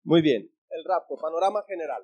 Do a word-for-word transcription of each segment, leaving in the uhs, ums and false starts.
Muy bien, el rapto, panorama general.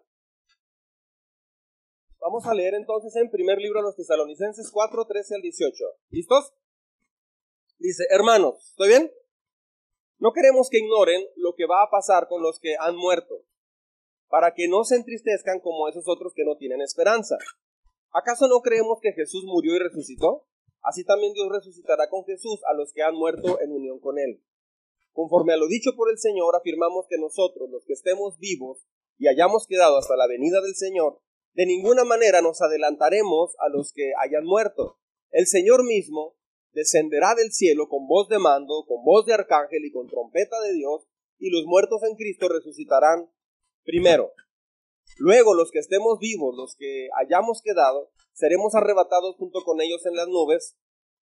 Vamos a leer entonces en primer libro a los Tesalonicenses cuatro, trece al dieciocho. ¿Listos? Dice, hermanos, ¿estoy bien? No queremos que ignoren lo que va a pasar con los que han muerto, para que no se entristezcan como esos otros que no tienen esperanza. ¿Acaso no creemos que Jesús murió y resucitó? Así también Dios resucitará con Jesús a los que han muerto en unión con Él. Conforme a lo dicho por el Señor, afirmamos que nosotros, los que estemos vivos y hayamos quedado hasta la venida del Señor, de ninguna manera nos adelantaremos a los que hayan muerto. El Señor mismo descenderá del cielo con voz de mando, con voz de arcángel y con trompeta de Dios, y los muertos en Cristo resucitarán primero. Luego los que estemos vivos, los que hayamos quedado, seremos arrebatados junto con ellos en las nubes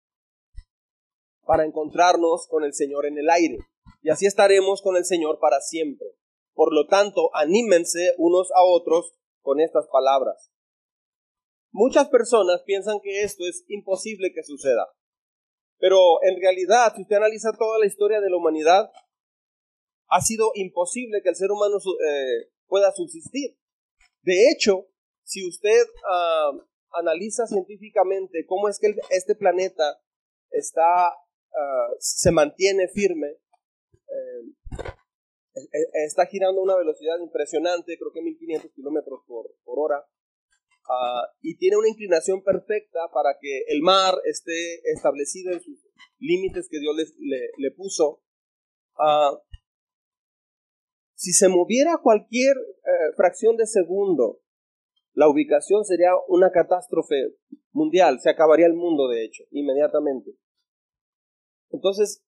para encontrarnos con el Señor en el aire, y así estaremos con el Señor para siempre. Por lo tanto, anímense unos a otros con estas palabras. Muchas personas piensan que esto es imposible que suceda, pero en realidad, si usted analiza toda la historia de la humanidad, ha sido imposible que el ser humano eh, pueda subsistir. De hecho, si usted uh, analiza científicamente cómo es que el, este planeta está, uh, se mantiene firme, eh, está girando a una velocidad impresionante, creo que mil quinientos kilómetros por, por hora, uh, y tiene una inclinación perfecta para que el mar esté establecido en sus límites que Dios les, le, le puso. Uh, si se moviera cualquier eh, fracción de segundo, la ubicación sería una catástrofe mundial, se acabaría el mundo, de hecho, inmediatamente. Entonces,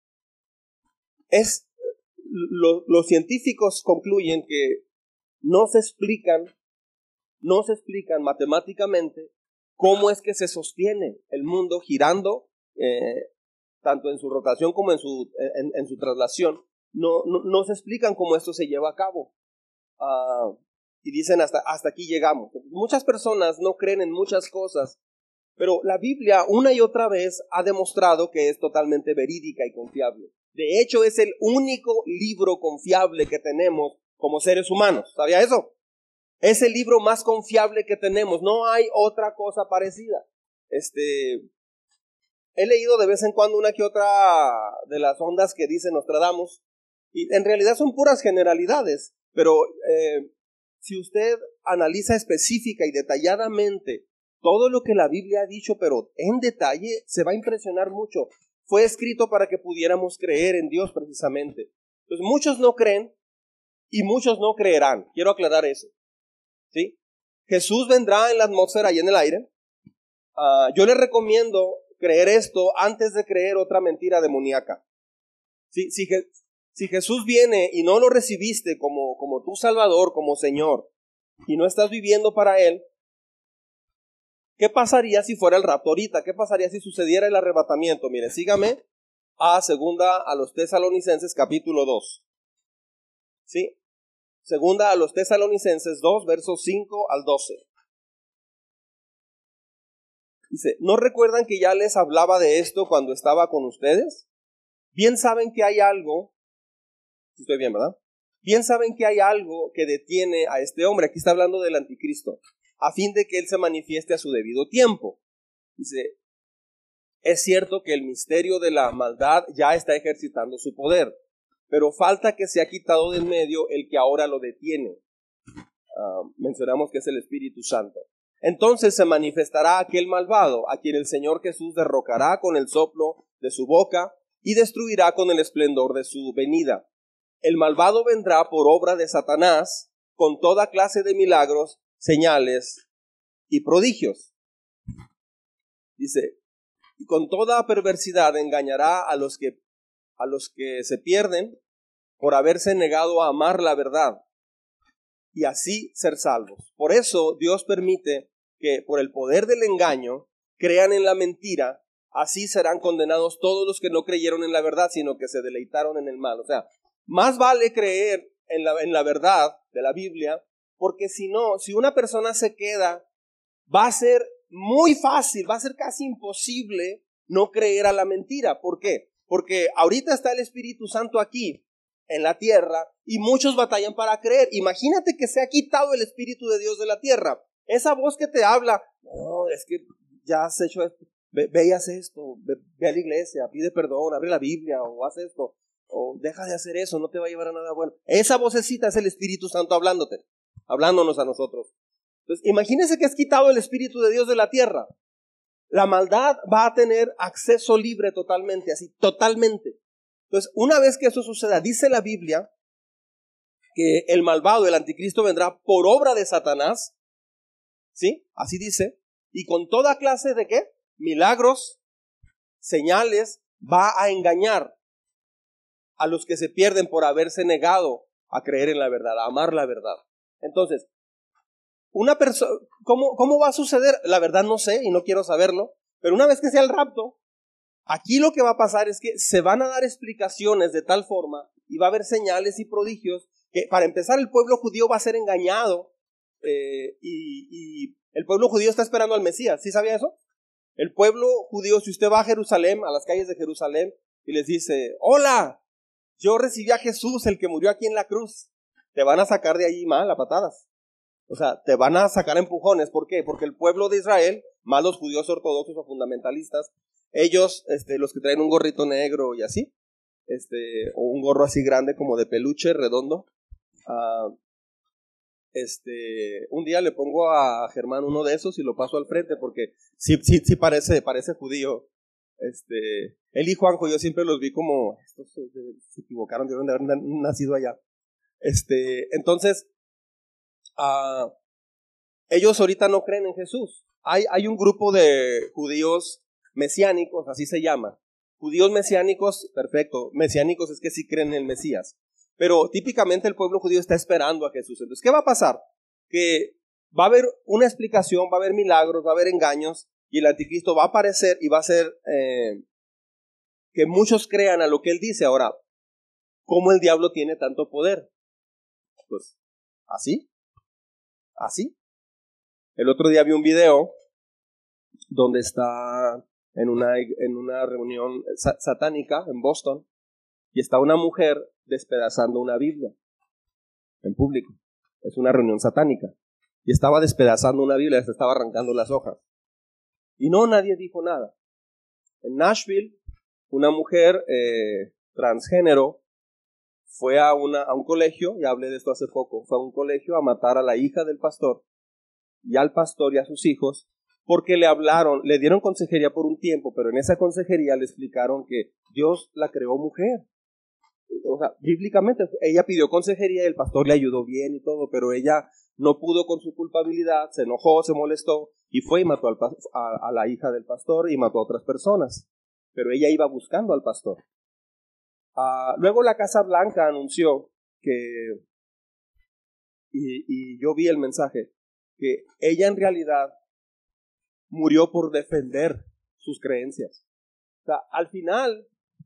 es, lo, los científicos concluyen que no se explican, no se explican matemáticamente cómo es que se sostiene el mundo girando, eh, tanto en su rotación como en su, en, en su traslación. No, no, no se explican cómo esto se lleva a cabo. Uh, y dicen hasta, hasta aquí llegamos. Muchas personas no creen en muchas cosas, pero la Biblia una y otra vez ha demostrado que es totalmente verídica y confiable. De hecho, es el único libro confiable que tenemos como seres humanos. ¿Sabía eso? Es el libro más confiable que tenemos. No hay otra cosa parecida. Este, he leído de vez en cuando una que otra de las ondas que dice Nostradamus, y en realidad son puras generalidades, pero eh, si usted analiza específica y detalladamente todo lo que la Biblia ha dicho, pero en detalle, se va a impresionar mucho. Fue escrito para que pudiéramos creer en Dios precisamente. Entonces muchos no creen y muchos no creerán. Quiero aclarar eso. ¿Sí? Jesús vendrá en la atmósfera y en el aire. Uh, yo les recomiendo creer esto antes de creer otra mentira demoníaca. Si, si, si Jesús viene y no lo recibiste como, como tu Salvador, como Señor, y no estás viviendo para Él, ¿qué pasaría si fuera el rapto ahorita? ¿Qué pasaría si sucediera el arrebatamiento? Mire, sígame a segunda a los Tesalonicenses capítulo dos. ¿Sí? Segunda a los Tesalonicenses dos, versos cinco al doce. Dice, ¿no recuerdan que ya les hablaba de esto cuando estaba con ustedes? Bien saben que hay algo, estoy bien, ¿verdad? Bien saben que hay algo que detiene a este hombre, aquí está hablando del anticristo, a fin de que él se manifieste a su debido tiempo. Dice, es cierto que el misterio de la maldad ya está ejercitando su poder, pero falta que se ha quitado de en medio el que ahora lo detiene. Uh, mencionamos que es el Espíritu Santo. Entonces se manifestará aquel malvado, a quien el Señor Jesús derrocará con el soplo de su boca y destruirá con el esplendor de su venida. El malvado vendrá por obra de Satanás con toda clase de milagros, señales y prodigios. Dice, y con toda perversidad engañará a los que, a los que se pierden por haberse negado a amar la verdad y así ser salvos. Por eso Dios permite que por el poder del engaño crean en la mentira, así serán condenados todos los que no creyeron en la verdad, sino que se deleitaron en el mal. O sea, más vale creer en la, en la verdad de la Biblia, porque si no, si una persona se queda, va a ser muy fácil, va a ser casi imposible no creer a la mentira. ¿Por qué? Porque ahorita está el Espíritu Santo aquí, en la tierra y muchos batallan para creer. Imagínate que se ha quitado el Espíritu de Dios de la tierra. Esa voz que te habla, no, es que ya has hecho esto, ve, ve y haz esto, ve, ve a la iglesia, pide perdón, abre la Biblia o haz esto, o deja de hacer eso, no te va a llevar a nada bueno. Esa vocecita es el Espíritu Santo hablándote, hablándonos a nosotros. Entonces, imagínense que has quitado el Espíritu de Dios de la tierra. La maldad va a tener acceso libre totalmente, así, totalmente. Entonces, una vez que eso suceda, dice la Biblia que el malvado, el anticristo, vendrá por obra de Satanás, ¿sí? Así dice, y con toda clase de ¿qué? Milagros, señales, va a engañar a los que se pierden por haberse negado a creer en la verdad, a amar la verdad. Entonces, una persona, ¿cómo, ¿cómo va a suceder? La verdad no sé y no quiero saberlo, pero una vez que sea el rapto, aquí lo que va a pasar es que se van a dar explicaciones de tal forma y va a haber señales y prodigios que, para empezar, el pueblo judío va a ser engañado eh, y, y el pueblo judío está esperando al Mesías. ¿Sí sabía eso? El pueblo judío, si usted va a Jerusalén, a las calles de Jerusalén y les dice, hola, yo recibí a Jesús, el que murió aquí en la cruz, te van a sacar de ahí mal a patadas. O sea, te van a sacar empujones. ¿Por qué? Porque el pueblo de Israel, más los judíos ortodoxos o fundamentalistas, ellos, este, los que traen un gorrito negro y así, este, o un gorro así grande como de peluche, redondo, uh, este, un día le pongo a Germán uno de esos y lo paso al frente porque sí, sí, sí parece, parece judío. Este, él y Juanjo, yo siempre los vi como, estos se, se equivocaron, deben de haber nacido allá. Este, entonces, Uh, ellos ahorita no creen en Jesús. Hay, hay un grupo de judíos mesiánicos, así se llama. Judíos mesiánicos, perfecto. Mesiánicos es que sí creen en el Mesías. Pero típicamente el pueblo judío está esperando a Jesús. Entonces, ¿qué va a pasar? Que va a haber una explicación, va a haber milagros, va a haber engaños, y el anticristo va a aparecer y va a hacer eh, que muchos crean a lo que él dice. Ahora, ¿cómo el diablo tiene tanto poder? Pues, así. Así. El otro día vi un video donde está en una, en una reunión satánica en Boston y está una mujer despedazando una Biblia en público. Es una reunión satánica. Y estaba despedazando una Biblia, se estaba arrancando las hojas. Y no, nadie dijo nada. En Nashville, una mujer eh, transgénero fue a, una, a un colegio, y hablé de esto hace poco, fue a un colegio a matar a la hija del pastor y al pastor y a sus hijos porque le hablaron, le dieron consejería por un tiempo, pero en esa consejería le explicaron que Dios la creó mujer. O sea, bíblicamente ella pidió consejería y el pastor le ayudó bien y todo, pero ella no pudo con su culpabilidad, se enojó, se molestó y fue y mató al, a, a la hija del pastor y mató a otras personas, pero ella iba buscando al pastor. Uh, luego la Casa Blanca anunció que, y, y yo vi el mensaje, que ella en realidad murió por defender sus creencias. O sea, al final,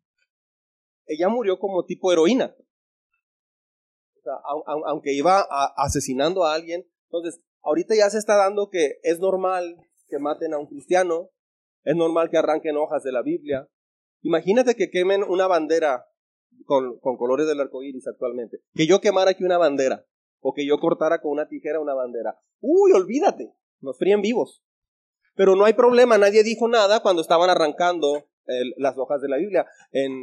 ella murió como tipo heroína. O sea, a, a, aunque iba a, asesinando a alguien. Entonces, ahorita ya se está dando que es normal que maten a un cristiano, es normal que arranquen hojas de la Biblia. Imagínate que quemen una bandera Con, con colores del arco iris actualmente. Que yo quemara aquí una bandera, o que yo cortara con una tijera una bandera. Uy, olvídate, nos fríen vivos. Pero no hay problema, nadie dijo nada cuando estaban arrancando el, las hojas de la Biblia. En,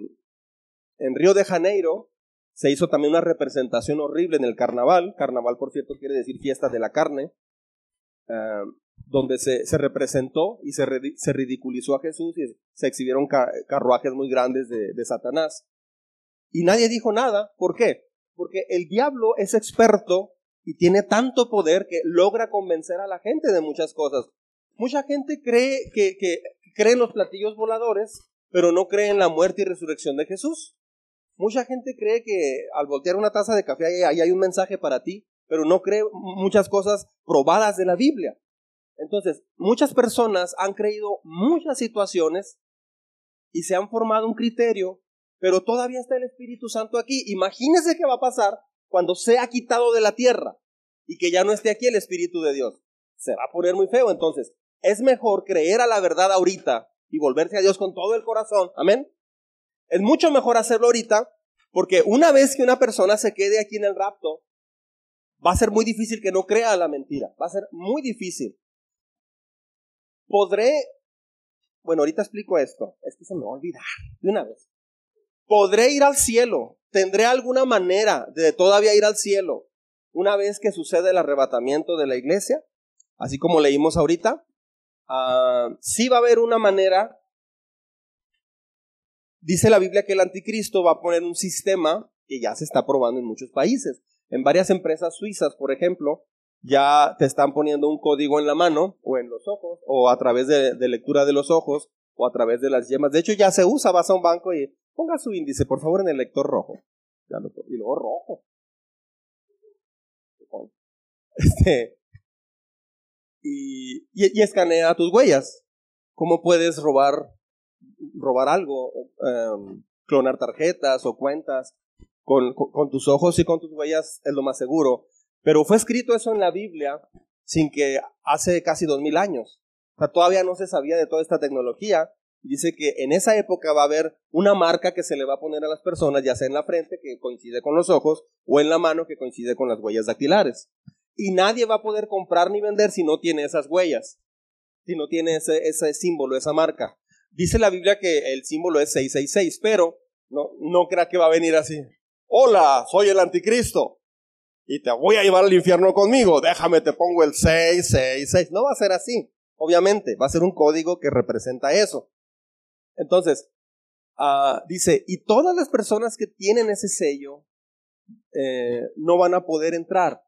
en Río de Janeiro se hizo también una representación horrible en el carnaval. Carnaval, por cierto, quiere decir fiesta de la carne. Uh, donde se, se representó y se, se ridiculizó a Jesús y se exhibieron ca, carruajes muy grandes de, de Satanás. Y nadie dijo nada. ¿Por qué? Porque el diablo es experto y tiene tanto poder que logra convencer a la gente de muchas cosas. Mucha gente cree que, que cree en los platillos voladores, pero no cree en la muerte y resurrección de Jesús. Mucha gente cree que al voltear una taza de café ahí, ahí hay un mensaje para ti, pero no cree muchas cosas probadas de la Biblia. Entonces, muchas personas han creído muchas situaciones y se han formado un criterio, pero todavía está el Espíritu Santo aquí. Imagínense qué va a pasar cuando sea quitado de la tierra y que ya no esté aquí el Espíritu de Dios. Se va a poner muy feo. Entonces, es mejor creer a la verdad ahorita y volverse a Dios con todo el corazón. Amén. Es mucho mejor hacerlo ahorita Porque una vez que una persona se quede aquí en el rapto, va a ser muy difícil que no crea la mentira. Va a ser muy difícil. Podré, bueno, ahorita explico esto. Es que se me va a olvidar de una vez. Podré ir al cielo. ¿Tendré alguna manera de todavía ir al cielo una vez que sucede el arrebatamiento de la iglesia? Así como leímos ahorita. Uh, sí va a haber una manera. Dice la Biblia que el anticristo va a poner un sistema que ya se está probando en muchos países. En varias empresas suizas, por ejemplo, ya te están poniendo un código en la mano o en los ojos o a través de, de lectura de los ojos o a través de las yemas. De hecho ya se usa, vas a un banco y ponga su índice, por favor, en el lector rojo. Ya lo, y luego rojo. Este, y, y, y escanea tus huellas. ¿Cómo puedes robar, robar algo? Um, clonar tarjetas o cuentas. Con, con, con tus ojos y con tus huellas es lo más seguro. Pero fue escrito eso en la Biblia sin que hace casi dos mil años. O sea, todavía no se sabía de toda esta tecnología. Dice que en esa época va a haber una marca que se le va a poner a las personas, ya sea en la frente, que coincide con los ojos, o en la mano, que coincide con las huellas dactilares. Y nadie va a poder comprar ni vender si no tiene esas huellas, si no tiene ese, ese símbolo, esa marca. Dice la Biblia que el símbolo es seiscientos sesenta y seis, pero no, no crea que va a venir así. Hola, soy el anticristo y te voy a llevar al infierno conmigo. Déjame, te pongo el seiscientos sesenta y seis. No va a ser así, obviamente. Va a ser un código que representa eso. Entonces, uh, dice, y todas las personas que tienen ese sello eh, no van a poder entrar.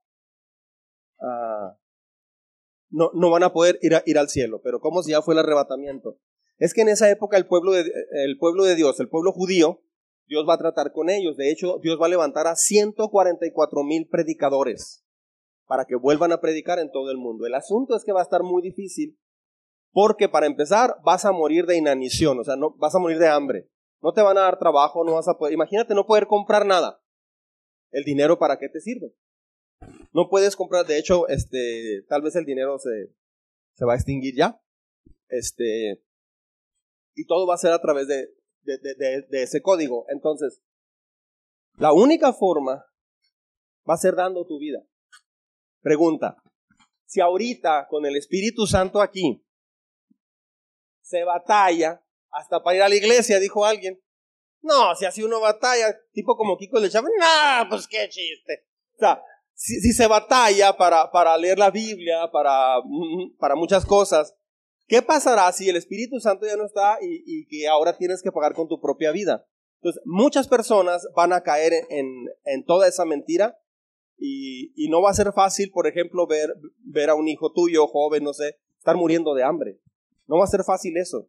Uh, no, no van a poder ir, a, ir al cielo. Pero ¿cómo si ya fue el arrebatamiento? Es que en esa época el pueblo de, el pueblo de Dios, el pueblo judío, Dios va a tratar con ellos. De hecho, Dios va a levantar a ciento cuarenta y cuatro mil predicadores para que vuelvan a predicar en todo el mundo. El asunto es que va a estar muy difícil porque, para empezar, vas a morir de inanición, o sea, no, vas a morir de hambre. No te van a dar trabajo, no vas a poder, imagínate no poder comprar nada. ¿El dinero para qué te sirve? No puedes comprar, de hecho, este, tal vez el dinero se, se va a extinguir ya. Este, y todo va a ser a través de De, de, de, de ese código. Entonces, la única forma va a ser dando tu vida. Pregunta, si ahorita con el Espíritu Santo aquí se batalla hasta para ir a la iglesia, dijo alguien. No, si así uno batalla, tipo como Kiko le Chavo, no, pues qué chiste. O sea, si, si se batalla para, para leer la Biblia, para, para muchas cosas, ¿qué pasará si el Espíritu Santo ya no está y, y que ahora tienes que pagar con tu propia vida? Entonces, muchas personas van a caer en, en toda esa mentira y, y no va a ser fácil, por ejemplo, ver, ver a un hijo tuyo, joven, no sé, estar muriendo de hambre. No va a ser fácil eso.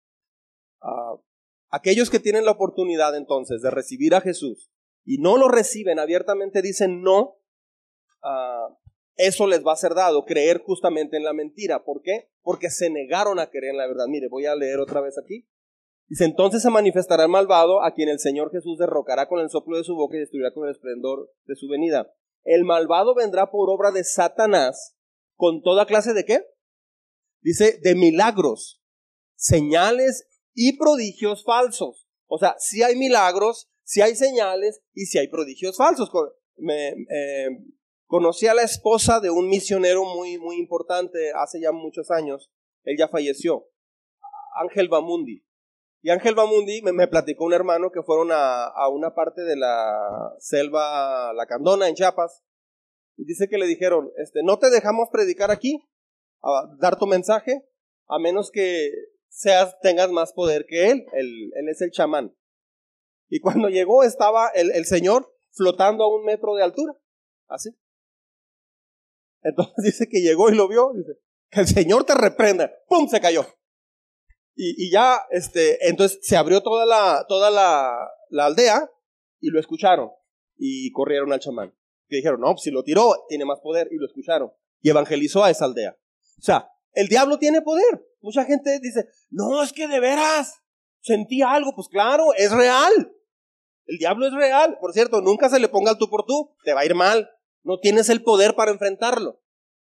Uh, aquellos que tienen la oportunidad entonces de recibir a Jesús y no lo reciben abiertamente, dicen no, uh, eso les va a ser dado, creer justamente en la mentira. ¿Por qué? Porque se negaron a creer en la verdad. Mire, voy a leer otra vez aquí. Dice, entonces se manifestará el malvado, a quien el Señor Jesús derrocará con el soplo de su boca y destruirá con el esplendor de su venida. El malvado vendrá por obra de Satanás, con toda clase de ¿qué? Dice, de milagros, señales y prodigios falsos. O sea, si hay milagros, si hay señales y si hay prodigios falsos. Me, eh, conocí a la esposa de un misionero muy, muy importante hace ya muchos años. Él ya falleció, Ángel Bamundi. Y Ángel Bamundi me, me platicó un hermano que fueron a, a una parte de la selva Lacandona en Chiapas. Y dice que le dijeron, este, no te dejamos predicar aquí, a dar tu mensaje, a menos que seas, tengas más poder que él. Él, él es el chamán. Y cuando llegó estaba el, el señor flotando a un metro de altura, así. Entonces dice que llegó y lo vio, dice, que el Señor te reprenda, ¡pum!, se cayó. Y, y ya, este, entonces se abrió toda la, toda la, la aldea y lo escucharon y corrieron al chamán. Que dijeron, no, si lo tiró, tiene más poder, y lo escucharon. Y evangelizó a esa aldea. O sea, el diablo tiene poder. Mucha gente dice, no, es que de veras, sentí algo. Pues claro, es real. El diablo es real. Por cierto, nunca se le ponga el tú por tú, te va a ir mal. No tienes el poder para enfrentarlo.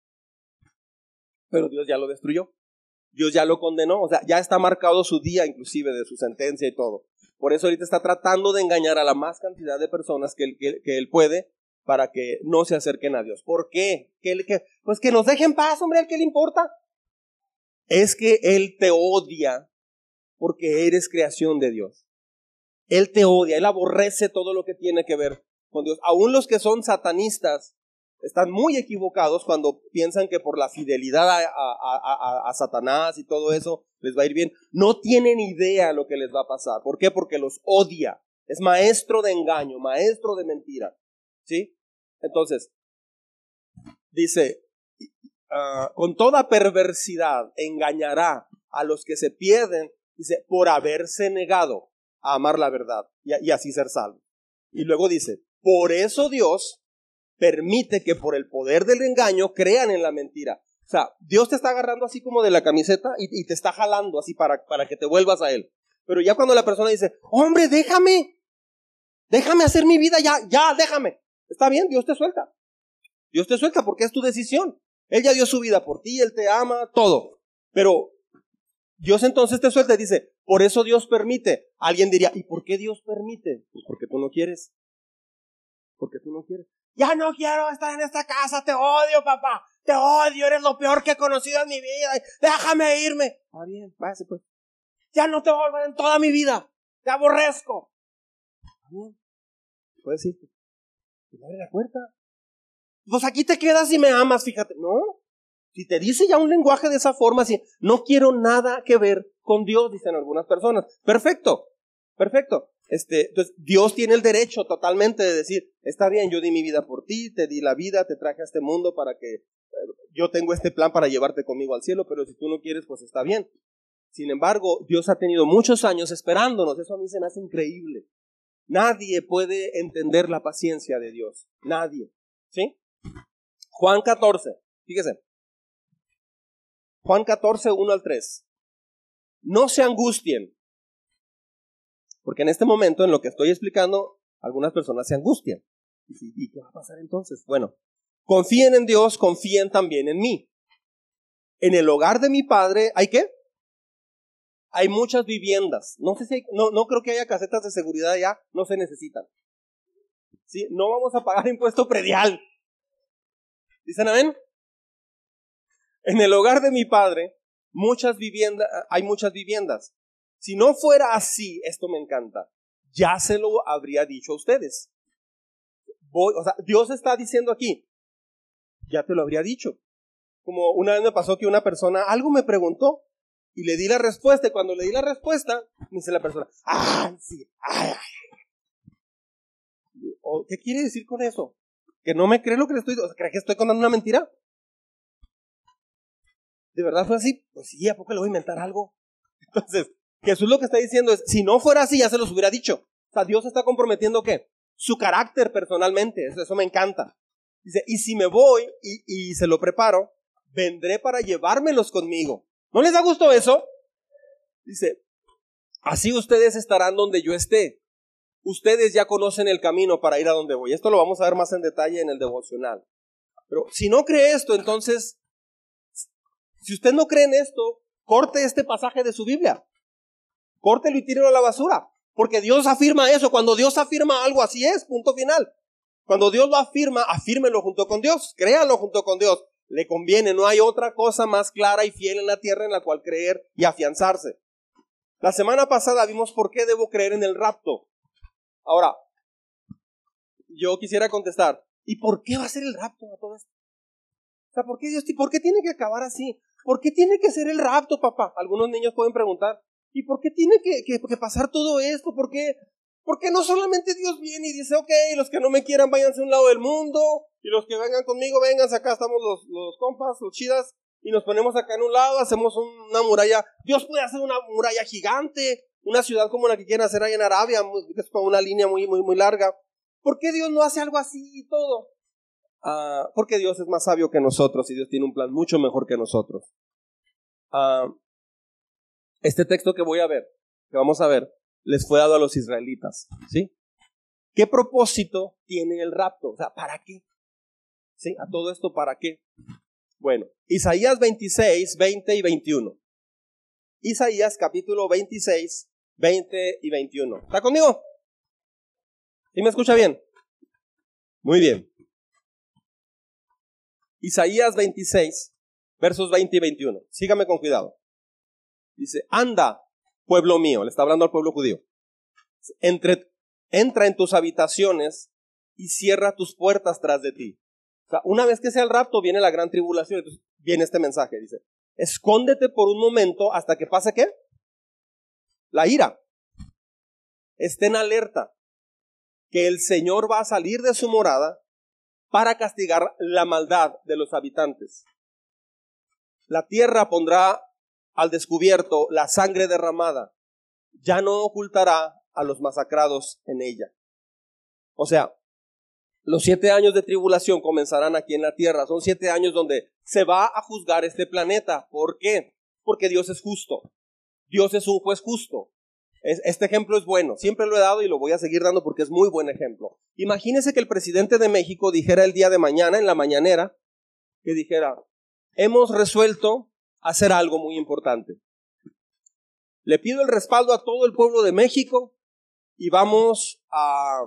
Pero Dios ya lo destruyó. Dios ya lo condenó. O sea, ya está marcado su día inclusive de su sentencia y todo. Por eso ahorita está tratando de engañar a la más cantidad de personas que él, que, que él puede para que no se acerquen a Dios. ¿Por qué? ¿Que, que, pues que nos dejen paz, hombre, ¿al que le importa? Es que Él te odia porque eres creación de Dios. Él te odia, Él aborrece todo lo que tiene que ver con Dios. Aún los que son satanistas están muy equivocados cuando piensan que por la fidelidad a, a, a, a Satanás y todo eso les va a ir bien. No tienen idea lo que les va a pasar. ¿Por qué? Porque los odia. Es maestro de engaño, maestro de mentira. ¿Sí? Entonces, dice, uh, con toda perversidad engañará a los que se pierden, dice, por haberse negado a amar la verdad y, y así ser salvos. Y luego dice, por eso Dios permite que por el poder del engaño crean en la mentira. O sea, Dios te está agarrando así como de la camiseta y, y te está jalando así para, para que te vuelvas a Él. Pero ya cuando la persona dice, hombre, déjame, déjame hacer mi vida, ya, ya, déjame. Está bien, Dios te suelta. Dios te suelta porque es tu decisión. Él ya dio su vida por ti, Él te ama, todo. Pero Dios entonces te suelta y dice, por eso Dios permite. Alguien diría, ¿y por qué Dios permite? Pues porque tú no quieres. Porque tú no quieres. Ya no quiero estar en esta casa, te odio, papá, te odio, eres lo peor que he conocido en mi vida, déjame irme. Ah, bien, váyase pues. Ya no te voy a volver en toda mi vida, te aborrezco. Ah, bien, puedes irte. Pues abre la puerta. Pues aquí te quedas y me amas, fíjate. No, si te dice ya un lenguaje de esa forma, así, no quiero nada que ver con Dios, dicen algunas personas. Perfecto, perfecto. Este, entonces, Dios tiene el derecho totalmente de decir, está bien, yo di mi vida por ti, te di la vida, te traje a este mundo para que, eh, yo tengo este plan para llevarte conmigo al cielo, pero si tú no quieres, pues está bien. Sin embargo, Dios ha tenido muchos años esperándonos, eso a mí se me hace increíble. Nadie puede entender la paciencia de Dios, nadie, ¿sí? Juan catorce, fíjese, Juan catorce, uno al tres. No se angustien. Porque en este momento, en lo que estoy explicando, algunas personas se angustian. ¿Y qué va a pasar entonces? Bueno, confíen en Dios, confíen también en mí. En el hogar de mi padre, ¿hay qué? Hay muchas viviendas. No sé si hay, no, no creo que haya casetas de seguridad allá, no se necesitan. ¿Sí? No vamos a pagar impuesto predial. ¿Dicen amén? En el hogar de mi padre, muchas viviendas, hay muchas viviendas. Si no fuera así, esto me encanta, ya se lo habría dicho a ustedes. Voy, o sea, Dios está diciendo aquí, ya te lo habría dicho. Como una vez me pasó que una persona, algo me preguntó, y le di la respuesta, y cuando le di la respuesta, me dice la persona, ¡ay, sí! ¡Ay, ay! ¿Qué quiere decir con eso? ¿Que no me cree lo que le estoy diciendo? O sea, ¿cree que estoy contando una mentira? ¿De verdad fue así? Pues sí, ¿a poco le voy a inventar algo? Entonces, Jesús lo que está diciendo es, si no fuera así, ya se los hubiera dicho. O sea, Dios está comprometiendo, ¿qué? Su carácter personalmente, eso, eso me encanta. Dice, y si me voy y, y se lo preparo, vendré para llevármelos conmigo. ¿No les da gusto eso? Dice, así ustedes estarán donde yo esté. Ustedes ya conocen el camino para ir a donde voy. Esto lo vamos a ver más en detalle en el devocional. Pero si no cree esto, entonces, si usted no cree en esto, corte este pasaje de su Biblia. Córtelo y tírelo a la basura. Porque Dios afirma eso. Cuando Dios afirma algo, así es, punto final. Cuando Dios lo afirma, afírmelo junto con Dios. Créalo junto con Dios. Le conviene, no hay otra cosa más clara y fiel en la tierra en la cual creer y afianzarse. La semana pasada vimos por qué debo creer en el rapto. Ahora, yo quisiera contestar, ¿y por qué va a ser el rapto a todo esto? O sea, ¿por qué Dios, por qué tiene que acabar así? ¿Por qué tiene que ser el rapto, papá? Algunos niños pueden preguntar, ¿y por qué tiene que, que, que pasar todo esto? ¿Por qué? Porque no solamente Dios viene y dice, ok, los que no me quieran váyanse a un lado del mundo, y los que vengan conmigo, vénganse, acá estamos los, los compas, los chidas, y nos ponemos acá en un lado, hacemos una muralla. Dios puede hacer una muralla gigante, una ciudad como la que quieren hacer ahí en Arabia, que es una línea muy, muy, muy larga. ¿Por qué Dios no hace algo así y todo? Uh, porque Dios es más sabio que nosotros y Dios tiene un plan mucho mejor que nosotros. Uh, este texto que voy a ver, que vamos a ver, les fue dado a los israelitas, ¿sí? ¿Qué propósito tiene el rapto? O sea, ¿para qué? ¿Sí? A todo esto, ¿para qué? Bueno, Isaías veintiséis, veinte y veintiuno. Isaías capítulo veintiséis, veinte y veintiuno. ¿Está conmigo? ¿Sí me escucha bien? Muy bien. Isaías veintiséis, versos veinte y veintiuno. Sígame con cuidado. Dice, anda, pueblo mío, le está hablando al pueblo judío. Entre, entra en tus habitaciones y cierra tus puertas tras de ti. O sea, una vez que sea el rapto, viene la gran tribulación. Entonces viene este mensaje, dice, escóndete por un momento hasta que pase ¿qué? La ira. Estén alerta que el Señor va a salir de su morada para castigar la maldad de los habitantes. La tierra pondrá al descubierto la sangre derramada. Ya no ocultará a los masacrados en ella. O sea, los siete años de tribulación comenzarán aquí en la tierra. Son siete años donde se va a juzgar este planeta. ¿Por qué? Porque Dios es justo. Dios es un juez justo. Este ejemplo es bueno. Siempre lo he dado y lo voy a seguir dando porque es muy buen ejemplo. Imagínese que el presidente de México dijera el día de mañana, en la mañanera, que dijera, hemos resuelto hacer algo muy importante. Le pido el respaldo a todo el pueblo de México y vamos a,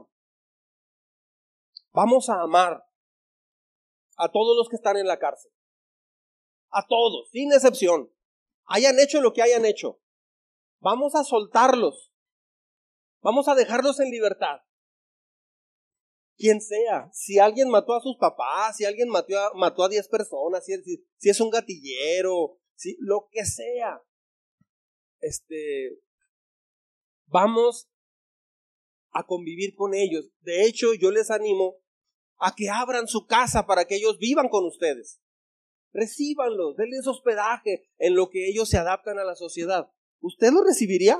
vamos a amar a todos los que están en la cárcel. A todos, sin excepción. Hayan hecho lo que hayan hecho. Vamos a soltarlos. Vamos a dejarlos en libertad. Quien sea. Si alguien mató a sus papás, si alguien mató a, mató a diez personas, si, si, si es un gatillero, si, lo que sea. Este, vamos a convivir con ellos. De hecho, yo les animo a que abran su casa para que ellos vivan con ustedes. Recíbanlos, denles hospedaje en lo que ellos se adaptan a la sociedad. ¿Usted lo recibiría?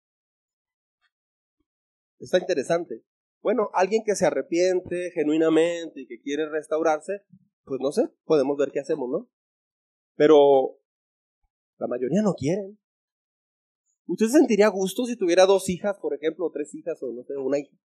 Está interesante. Bueno, alguien que se arrepiente genuinamente y que quiere restaurarse, pues no sé, podemos ver qué hacemos, ¿no? Pero la mayoría no quieren. ¿Usted se sentiría a gusto si tuviera dos hijas, por ejemplo, o tres hijas, o no sé, una hija?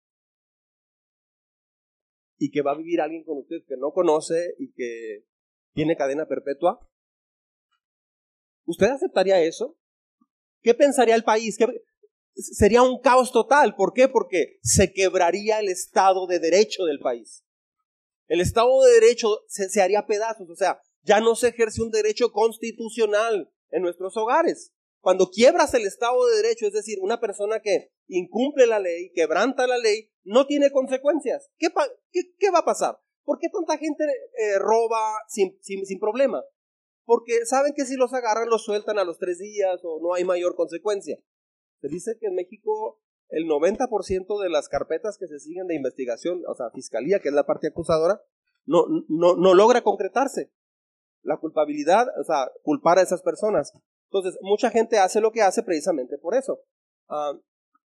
Y que va a vivir alguien con usted que no conoce y que tiene cadena perpetua. ¿Usted aceptaría eso? ¿Qué pensaría el país? ¿Qué? Sería un caos total. ¿Por qué? Porque se quebraría el Estado de Derecho del país. El Estado de Derecho se, se haría pedazos. O sea, ya no se ejerce un derecho constitucional en nuestros hogares. Cuando quiebras el Estado de Derecho, es decir, una persona que incumple la ley, quebranta la ley, no tiene consecuencias. ¿Qué, pa- qué, qué va a pasar? ¿Por qué tanta gente eh, roba sin, sin, sin problema? Porque saben que si los agarran los sueltan a los tres días o no hay mayor consecuencia. Se dice que en México el noventa por ciento de las carpetas que se siguen de investigación, o sea, fiscalía, que es la parte acusadora, no, no, no logra concretarse. La culpabilidad, o sea, culpar a esas personas. Entonces, mucha gente hace lo que hace precisamente por eso. Uh,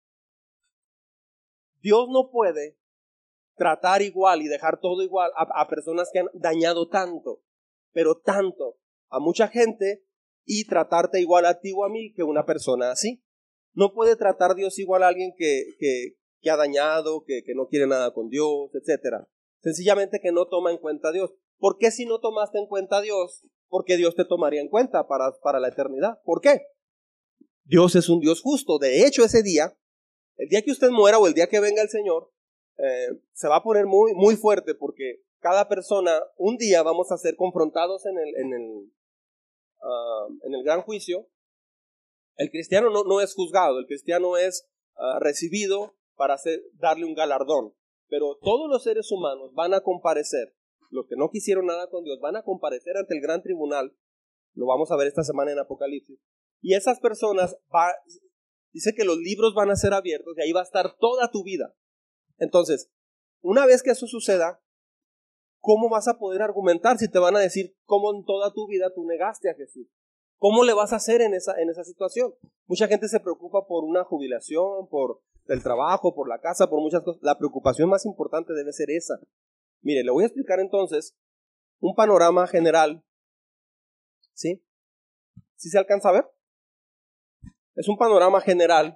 Dios no puede tratar igual y dejar todo igual a, a personas que han dañado tanto, pero tanto, a mucha gente y tratarte igual a ti o a mí que una persona así. No puede tratar Dios igual a alguien que, que, que ha dañado, que, que no quiere nada con Dios, etcétera. Sencillamente que no toma en cuenta a Dios. ¿Por qué si no tomaste en cuenta a Dios? Porque Dios te tomaría en cuenta para, para la eternidad. ¿Por qué? Dios es un Dios justo. De hecho, ese día, el día que usted muera o el día que venga el Señor, eh, se va a poner muy, muy fuerte porque cada persona, un día vamos a ser confrontados en el, en el, uh, en el gran juicio. El cristiano no, no es juzgado, el cristiano es uh, recibido para hacer, darle un galardón. Pero todos los seres humanos van a comparecer, los que no quisieron nada con Dios, van a comparecer ante el gran tribunal. Lo vamos a ver esta semana en Apocalipsis. Y esas personas, va, dice que los libros van a ser abiertos y ahí va a estar toda tu vida. Entonces, una vez que eso suceda, ¿cómo vas a poder argumentar si te van a decir cómo en toda tu vida tú negaste a Jesús? ¿Cómo le vas a hacer en esa, en esa situación? Mucha gente se preocupa por una jubilación, por el trabajo, por la casa, por muchas cosas. La preocupación más importante debe ser esa. Mire, le voy a explicar entonces un panorama general. ¿Sí? ¿Sí se alcanza a ver? Es un panorama general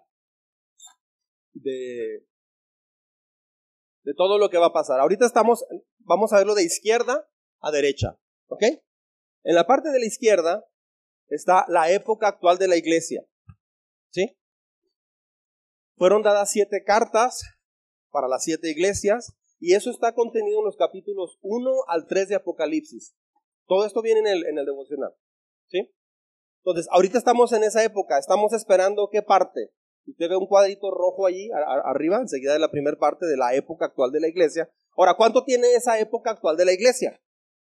de, de todo lo que va a pasar. Ahorita estamos, vamos a verlo de izquierda a derecha. ¿Ok? En la parte de la izquierda está la época actual de la iglesia. ¿Sí? fueron dadas siete cartas para las siete iglesias, y eso está contenido en los capítulos uno al tres de Apocalipsis. Todo esto viene en el, en el devocional, ¿sí? Entonces, ahorita estamos en esa época, estamos esperando qué parte. Usted ve un cuadrito rojo allí, a, a, arriba, enseguida de la primera parte de la época actual de la iglesia. Ahora, ¿cuánto tiene esa época actual de la iglesia?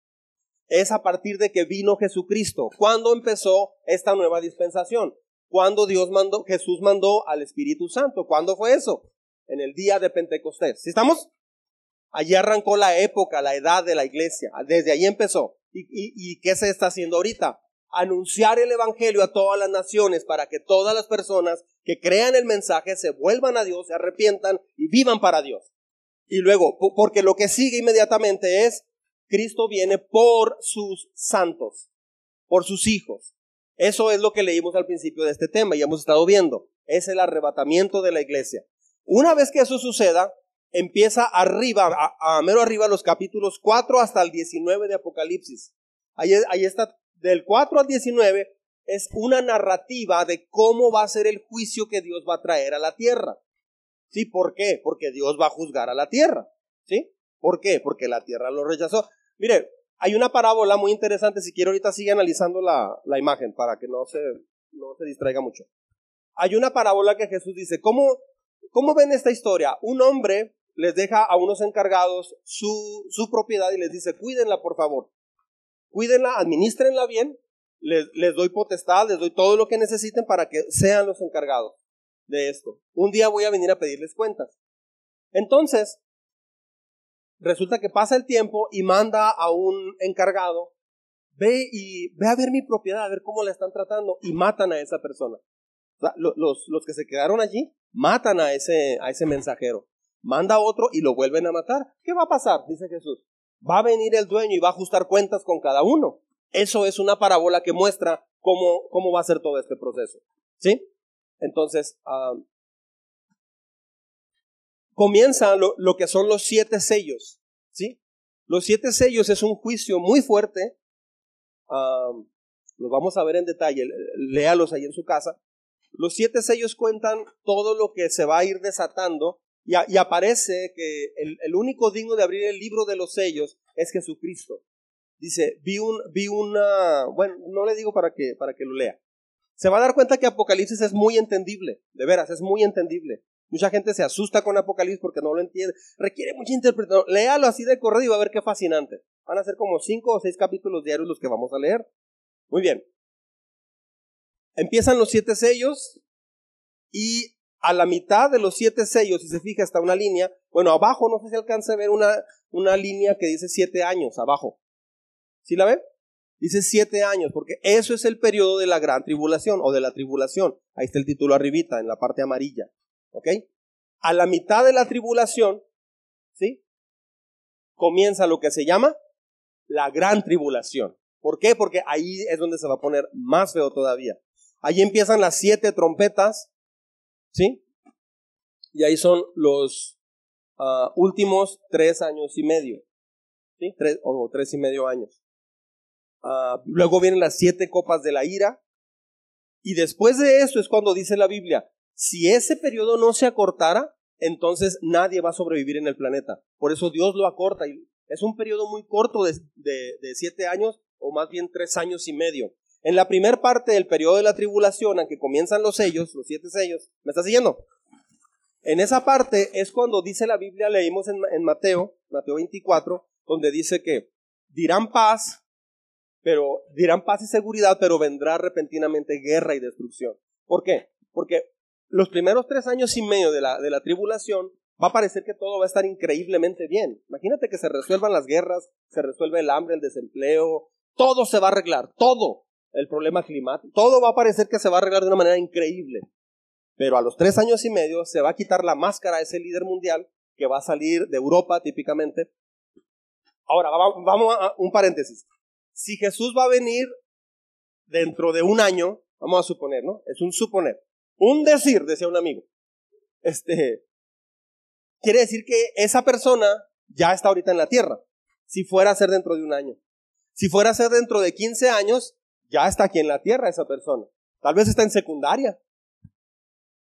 Es a partir de que vino Jesucristo. ¿Cuándo empezó esta nueva dispensación? ¿Cuándo Dios mandó, Jesús mandó al Espíritu Santo? ¿Cuándo fue eso? En el día de Pentecostés. ¿Sí estamos? Allí arrancó la época, la edad de la iglesia. Desde ahí empezó. ¿Y, y, y qué se está haciendo ahorita? Anunciar el evangelio a todas las naciones para que todas las personas que crean el mensaje se vuelvan a Dios, se arrepientan y vivan para Dios. Y luego, porque lo que sigue inmediatamente es, Cristo viene por sus santos, por sus hijos. Eso es lo que leímos al principio de este tema y hemos estado viendo. Es el arrebatamiento de la iglesia. Una vez que eso suceda, empieza arriba, a, a mero arriba, los capítulos cuatro hasta el diecinueve de Apocalipsis. Ahí, ahí está, del cuatro al diecinueve, es una narrativa de cómo va a ser el juicio que Dios va a traer a la tierra. ¿Sí? ¿Por qué? Porque Dios va a juzgar a la tierra. ¿Sí? ¿Por qué? Porque la tierra lo rechazó. Mire, hay una parábola muy interesante, si quiero ahorita sigue analizando la, la imagen para que no se, no se distraiga mucho. Hay una parábola que Jesús dice, ¿cómo, cómo ven esta historia? Un hombre les deja a unos encargados su, su propiedad y les dice, cuídenla por favor, cuídenla, administrenla bien, les, les doy potestad, les doy todo lo que necesiten para que sean los encargados de esto. Un día voy a venir a pedirles cuentas. Entonces, resulta que pasa el tiempo y manda a un encargado, ve y ve a ver mi propiedad, a ver cómo la están tratando, y matan a esa persona. O sea, los, los que se quedaron allí matan a ese, a ese mensajero. Manda a otro y lo vuelven a matar. ¿Qué va a pasar? Dice Jesús. Va a venir el dueño y va a ajustar cuentas con cada uno. Eso es una parábola que muestra cómo, cómo va a ser todo este proceso. ¿Sí? Entonces, uh, comienza lo, lo que son los siete sellos. ¿Sí? Los siete sellos es un juicio muy fuerte. Uh, los vamos a ver en detalle. Léalos ahí en su casa. Los siete sellos cuentan todo lo que se va a ir desatando. Y, a, y aparece que el, el único digno de abrir el libro de los sellos es Jesucristo. Dice, vi, un, vi una... Bueno, no le digo para que, para que lo lea. Se va a dar cuenta que Apocalipsis es muy entendible. De veras, es muy entendible. Mucha gente se asusta con Apocalipsis porque no lo entiende. Requiere mucha interpretación. Léalo así de corrido y va a ver qué fascinante. Van a ser como cinco o seis capítulos diarios los que vamos a leer. Muy bien. Empiezan los siete sellos y a la mitad de los siete sellos, si se fija, está una línea. Bueno, abajo no sé si alcanza a ver una, una línea que dice siete años, abajo. ¿Sí la ven? Dice siete años, porque eso es el periodo de la gran tribulación, o de la tribulación. Ahí está el título arribita, en la parte amarilla. ¿Ok? A la mitad de la tribulación, ¿sí? Comienza lo que se llama la gran tribulación. ¿Por qué? Porque ahí es donde se va a poner más feo todavía. Ahí empiezan las siete trompetas, ¿sí? Y ahí son los uh, últimos tres años y medio, ¿sí? Tres, o tres y medio años. Uh, luego vienen las siete copas de la ira. Y después de eso es cuando dice la Biblia, si ese periodo no se acortara, entonces nadie va a sobrevivir en el planeta. Por eso Dios lo acorta. Y es un periodo muy corto de, de, de siete años, o más bien tres años y medio. En la primera parte del periodo de la tribulación, aunque comienzan los sellos, los siete sellos, ¿me está siguiendo? En esa parte es cuando dice la Biblia, leímos en, en Mateo, Mateo veinticuatro, donde dice que dirán paz, pero dirán paz y seguridad, pero vendrá repentinamente guerra y destrucción. ¿Por qué? Porque los primeros tres años y medio de la, de la tribulación va a parecer que todo va a estar increíblemente bien. Imagínate que se resuelvan las guerras, se resuelve el hambre, el desempleo, todo se va a arreglar, todo. El problema climático, todo va a parecer que se va a arreglar de una manera increíble. Pero a los tres años y medio se va a quitar la máscara a ese líder mundial que va a salir de Europa típicamente. Ahora, vamos a un paréntesis. Si Jesús va a venir dentro de un año, vamos a suponer, ¿no? Es un suponer. Un decir, decía un amigo. Este, quiere decir que esa persona ya está ahorita en la tierra. Si fuera a ser dentro de un año. Si fuera a ser dentro de quince años, ya está aquí en la tierra esa persona. Tal vez está en secundaria.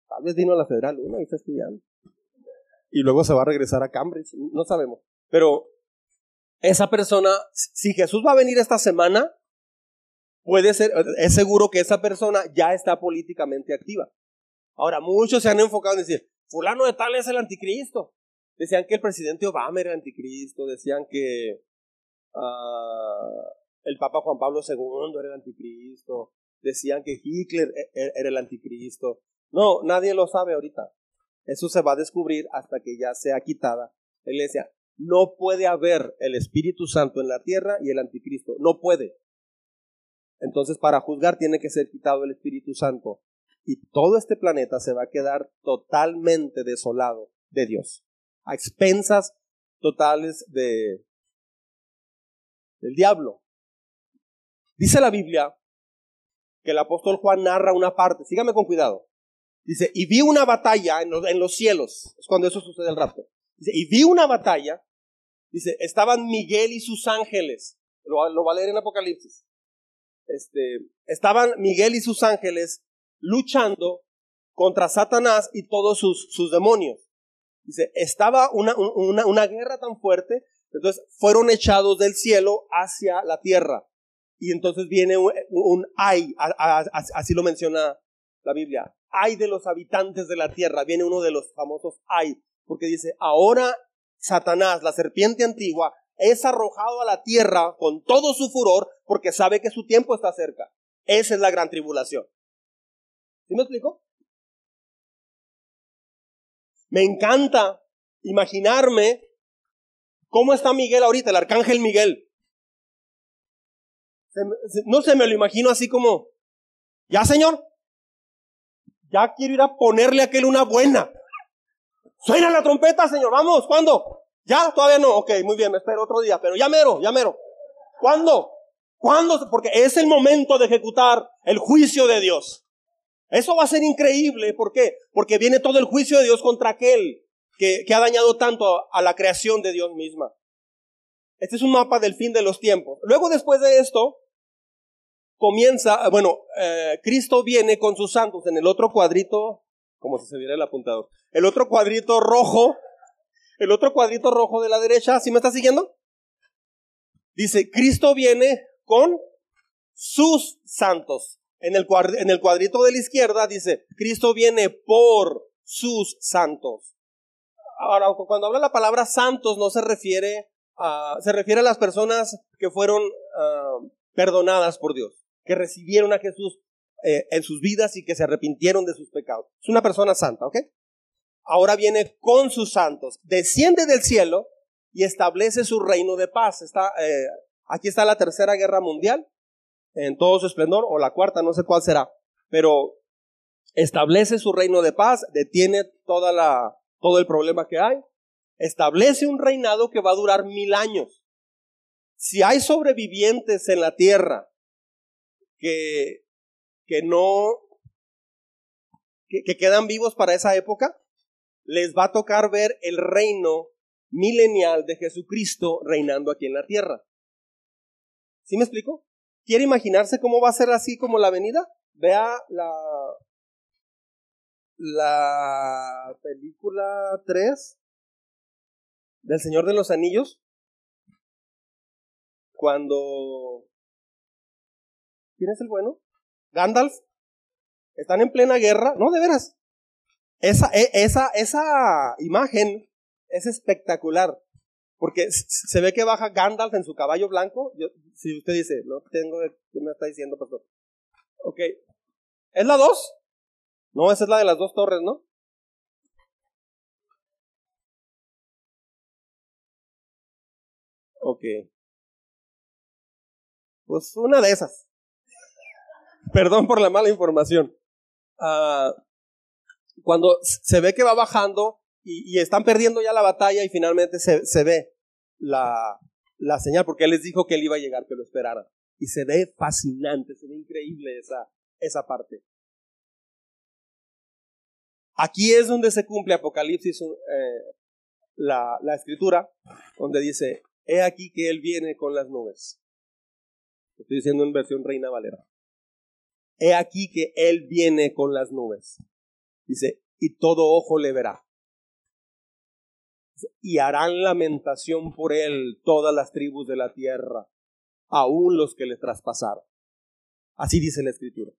Tal vez vino a la Federal uno y está estudiando. Y luego se va a regresar a Cambridge, no sabemos. Pero esa persona, si Jesús va a venir esta semana, puede ser, es seguro que esa persona ya está políticamente activa. Ahora, muchos se han enfocado en decir, fulano de tal es el anticristo. Decían que el presidente Obama era el anticristo, decían que uh, el Papa Juan Pablo segundo era el anticristo, decían que Hitler era el anticristo. No, nadie lo sabe ahorita. Eso se va a descubrir hasta que ya sea quitada la iglesia. No puede haber el Espíritu Santo en la tierra y el anticristo. No puede. Entonces, para juzgar tiene que ser quitado el Espíritu Santo. Y todo este planeta se va a quedar totalmente desolado de Dios. A expensas totales de, del diablo. Dice la Biblia que el apóstol Juan narra una parte. Sígame con cuidado. Dice, y vi una batalla en los, en los cielos. Es cuando eso sucede al rapto. Dice, y vi una batalla. Dice, estaban Miguel y sus ángeles. Lo, lo va a leer en Apocalipsis. Este, estaban Miguel y sus ángeles luchando contra Satanás y todos sus, sus demonios. Dice, estaba una, una, una guerra tan fuerte, entonces fueron echados del cielo hacia la tierra. Y entonces viene un, un ay, a, a, a, así lo menciona la Biblia. Ay de los habitantes de la tierra, viene uno de los famosos ay, porque dice, ahora Satanás, la serpiente antigua, es arrojado a la tierra con todo su furor porque sabe que su tiempo está cerca. Esa es la gran tribulación. ¿Sí me explico? Me encanta imaginarme cómo está Miguel ahorita, el arcángel Miguel. Se me, se, no se me lo imagino así como, ya señor, ya quiero ir a ponerle a aquel una buena. Suena la trompeta, señor, vamos, ¿cuándo? ¿Ya? Todavía no, ok, muy bien, me espero otro día, pero ya mero, ya mero. ¿Cuándo? ¿Cuándo? Porque es el momento de ejecutar el juicio de Dios. Eso va a ser increíble, ¿por qué? Porque viene todo el juicio de Dios contra aquel que, que ha dañado tanto a, a la creación de Dios misma. Este es un mapa del fin de los tiempos. Luego, después de esto, comienza, bueno, eh, Cristo viene con sus santos en el otro cuadrito, como si se viera el apuntador, el otro cuadrito rojo, el otro cuadrito rojo de la derecha, ¿sí me está siguiendo? Dice, Cristo viene con sus santos. En el, cuadr- en el cuadrito de la izquierda dice, Cristo viene por sus santos. Ahora, cuando habla la palabra santos no se refiere a, se refiere a las personas que fueron uh, perdonadas por Dios, que recibieron a Jesús eh, en sus vidas y que se arrepintieron de sus pecados. Es una persona santa, ¿ok? Ahora viene con sus santos, desciende del cielo y establece su reino de paz. Está, eh, aquí está la tercera guerra mundial en todo su esplendor, o la cuarta, no sé cuál será, pero establece su reino de paz, detiene toda la, todo el problema que hay, establece un reinado que va a durar mil años. Si hay sobrevivientes en la tierra que, que no, que, que quedan vivos para esa época, les va a tocar ver el reino milenial de Jesucristo reinando aquí en la tierra. ¿Sí me explico? ¿Quiere imaginarse cómo va a ser así como la venida? Vea la, la película tres del Señor de los Anillos. Cuando... ¿Quién es el bueno? Gandalf. Están en plena guerra. No, de veras. Esa, esa, esa imagen es espectacular. Porque se ve que baja Gandalf en su caballo blanco. Yo, si usted dice, no tengo, ¿qué me está diciendo, pastor? Ok. ¿Es la dos? No, esa es la de las dos torres, ¿no? Ok. Pues una de esas. Perdón por la mala información. Uh, cuando se ve que va bajando y, y están perdiendo ya la batalla y finalmente se, se ve la, la señal, porque él les dijo que él iba a llegar, que lo esperaran. Y se ve fascinante, se ve increíble esa, esa parte. Aquí es donde se cumple Apocalipsis, eh, la, la escritura, donde dice, he aquí que él viene con las nubes. Estoy diciendo en versión Reina Valera. He aquí que él viene con las nubes. Dice, y todo ojo le verá. Y harán lamentación por él todas las tribus de la tierra, aun los que le traspasaron. Así dice la Escritura.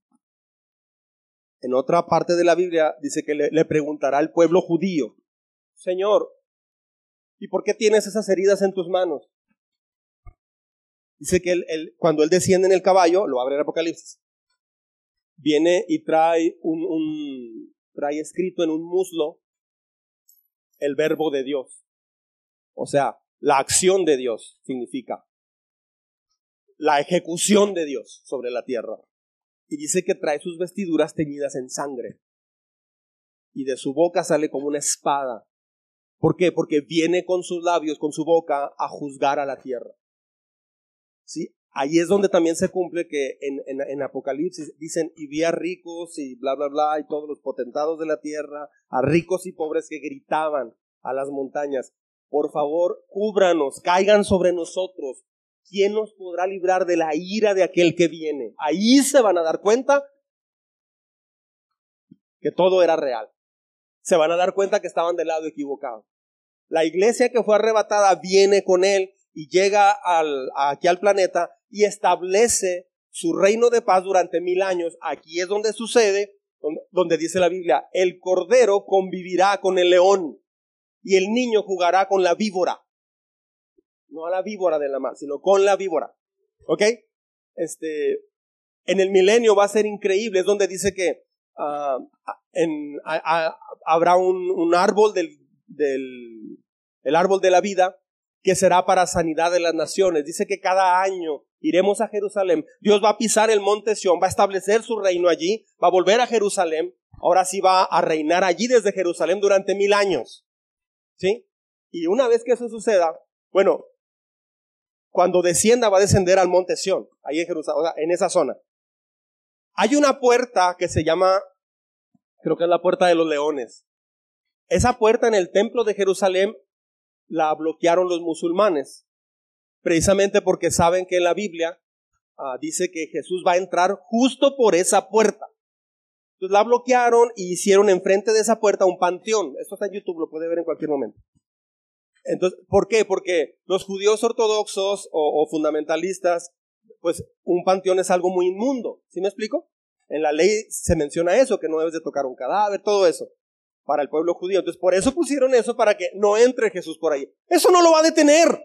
En otra parte de la Biblia dice que le, le preguntará al pueblo judío: Señor, ¿y por qué tienes esas heridas en tus manos? Dice que él, él, cuando él desciende en el caballo, lo abre el Apocalipsis, viene y trae un, un trae escrito en un muslo el verbo de Dios. O sea, la acción de Dios significa la ejecución de Dios sobre la tierra. Y dice que trae sus vestiduras teñidas en sangre. Y de su boca sale como una espada. ¿Por qué? Porque viene con sus labios, con su boca, a juzgar a la tierra. ¿Sí? Ahí es donde también se cumple que en, en, en Apocalipsis dicen: y vi a ricos y bla bla bla y todos los potentados de la tierra, a ricos y pobres que gritaban a las montañas: por favor, cúbranos, caigan sobre nosotros. ¿Quién nos podrá librar de la ira de aquel que viene? Ahí se van a dar cuenta que todo era real. Se van a dar cuenta que estaban del lado equivocado. La iglesia que fue arrebatada viene con él y llega al, aquí al planeta y establece su reino de paz durante mil años. Aquí es donde sucede, donde, donde dice la Biblia: el cordero convivirá con el león y el niño jugará con la víbora. No a la víbora de la mar, sino con la víbora. ¿Ok? Este, en el milenio va a ser increíble. Es donde dice que uh, en, a, a, habrá un, un árbol del, del el árbol de la vida que será para sanidad de las naciones. Dice que cada año iremos a Jerusalén. Dios va a pisar el monte Sión, va a establecer su reino allí, va a volver a Jerusalén. Ahora sí va a reinar allí desde Jerusalén durante mil años. ¿Sí? Y una vez que eso suceda, bueno, cuando descienda va a descender al monte Sión, ahí en Jerusalén, o sea, en esa zona. Hay una puerta que se llama, creo que es la puerta de los leones. Esa puerta en el templo de Jerusalén la bloquearon los musulmanes, precisamente porque saben que en la Biblia uh, dice que Jesús va a entrar justo por esa puerta. Entonces la bloquearon y hicieron enfrente de esa puerta un panteón. Esto está en YouTube, lo puede ver en cualquier momento. Entonces, ¿por qué? Porque los judíos ortodoxos o, o fundamentalistas, pues un panteón es algo muy inmundo. ¿Sí me explico? En la ley se menciona eso, que no debes de tocar un cadáver, todo eso, para el pueblo judío. Entonces, por eso pusieron eso, para que no entre Jesús por ahí. Eso no lo va a detener.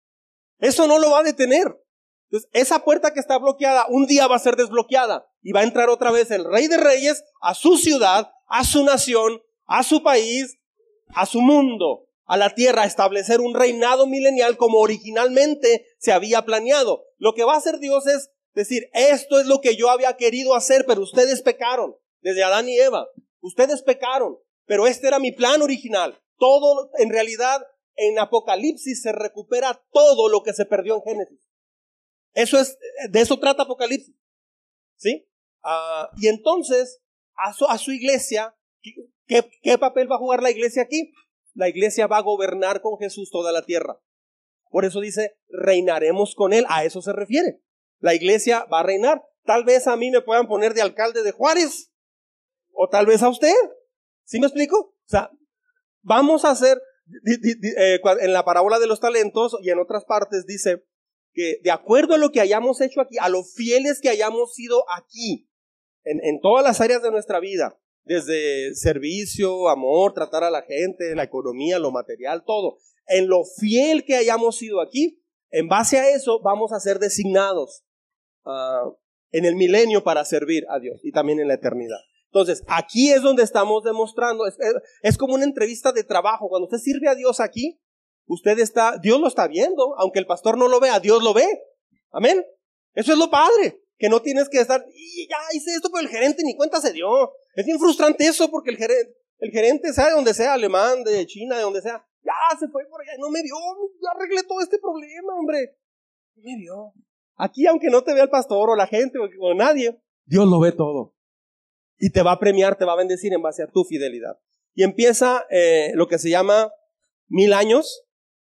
Eso no lo va a detener. Entonces, esa puerta que está bloqueada, un día va a ser desbloqueada y va a entrar otra vez el Rey de Reyes a su ciudad, a su nación, a su país, a su mundo, a la tierra, a establecer un reinado milenial como originalmente se había planeado. Lo que va a hacer Dios es decir: esto es lo que yo había querido hacer, pero ustedes pecaron, desde Adán y Eva. Ustedes pecaron, pero este era mi plan original. Todo, en realidad, en Apocalipsis se recupera todo lo que se perdió en Génesis. Eso es, de eso trata Apocalipsis. ¿Sí? Uh, y entonces, a su, a su iglesia, ¿qué, ¿qué papel va a jugar la iglesia aquí? La iglesia va a gobernar con Jesús toda la tierra. Por eso dice: reinaremos con él. A eso se refiere. La iglesia va a reinar. Tal vez a mí me puedan poner de alcalde de Juárez, o tal vez a usted. ¿Sí me explico? O sea, vamos a hacer, di, di, di, eh, en la parábola de los talentos y en otras partes dice que de acuerdo a lo que hayamos hecho aquí, a lo fieles que hayamos sido aquí, en, en todas las áreas de nuestra vida, desde servicio, amor, tratar a la gente, la economía, lo material, todo. En lo fiel que hayamos sido aquí, en base a eso vamos a ser designados uh, en el milenio para servir a Dios y también en la eternidad. Entonces, aquí es donde estamos demostrando, es, es, es como una entrevista de trabajo. Cuando usted sirve a Dios aquí, usted está, Dios lo está viendo, aunque el pastor no lo vea, Dios lo ve. Amén. Eso es lo padre, que no tienes que estar, y ya hice esto, pero el gerente ni cuenta se dio. Es bien frustrante eso, porque el gerente, el gerente sea de donde sea, alemán, de China, de donde sea, ya se fue por allá, no me vio, ya arreglé todo este problema, hombre. No me vio. Aquí, aunque no te vea el pastor o la gente o, o nadie, Dios lo ve todo. Y te va a premiar, te va a bendecir en base a tu fidelidad. Y empieza eh, lo que se llama mil años.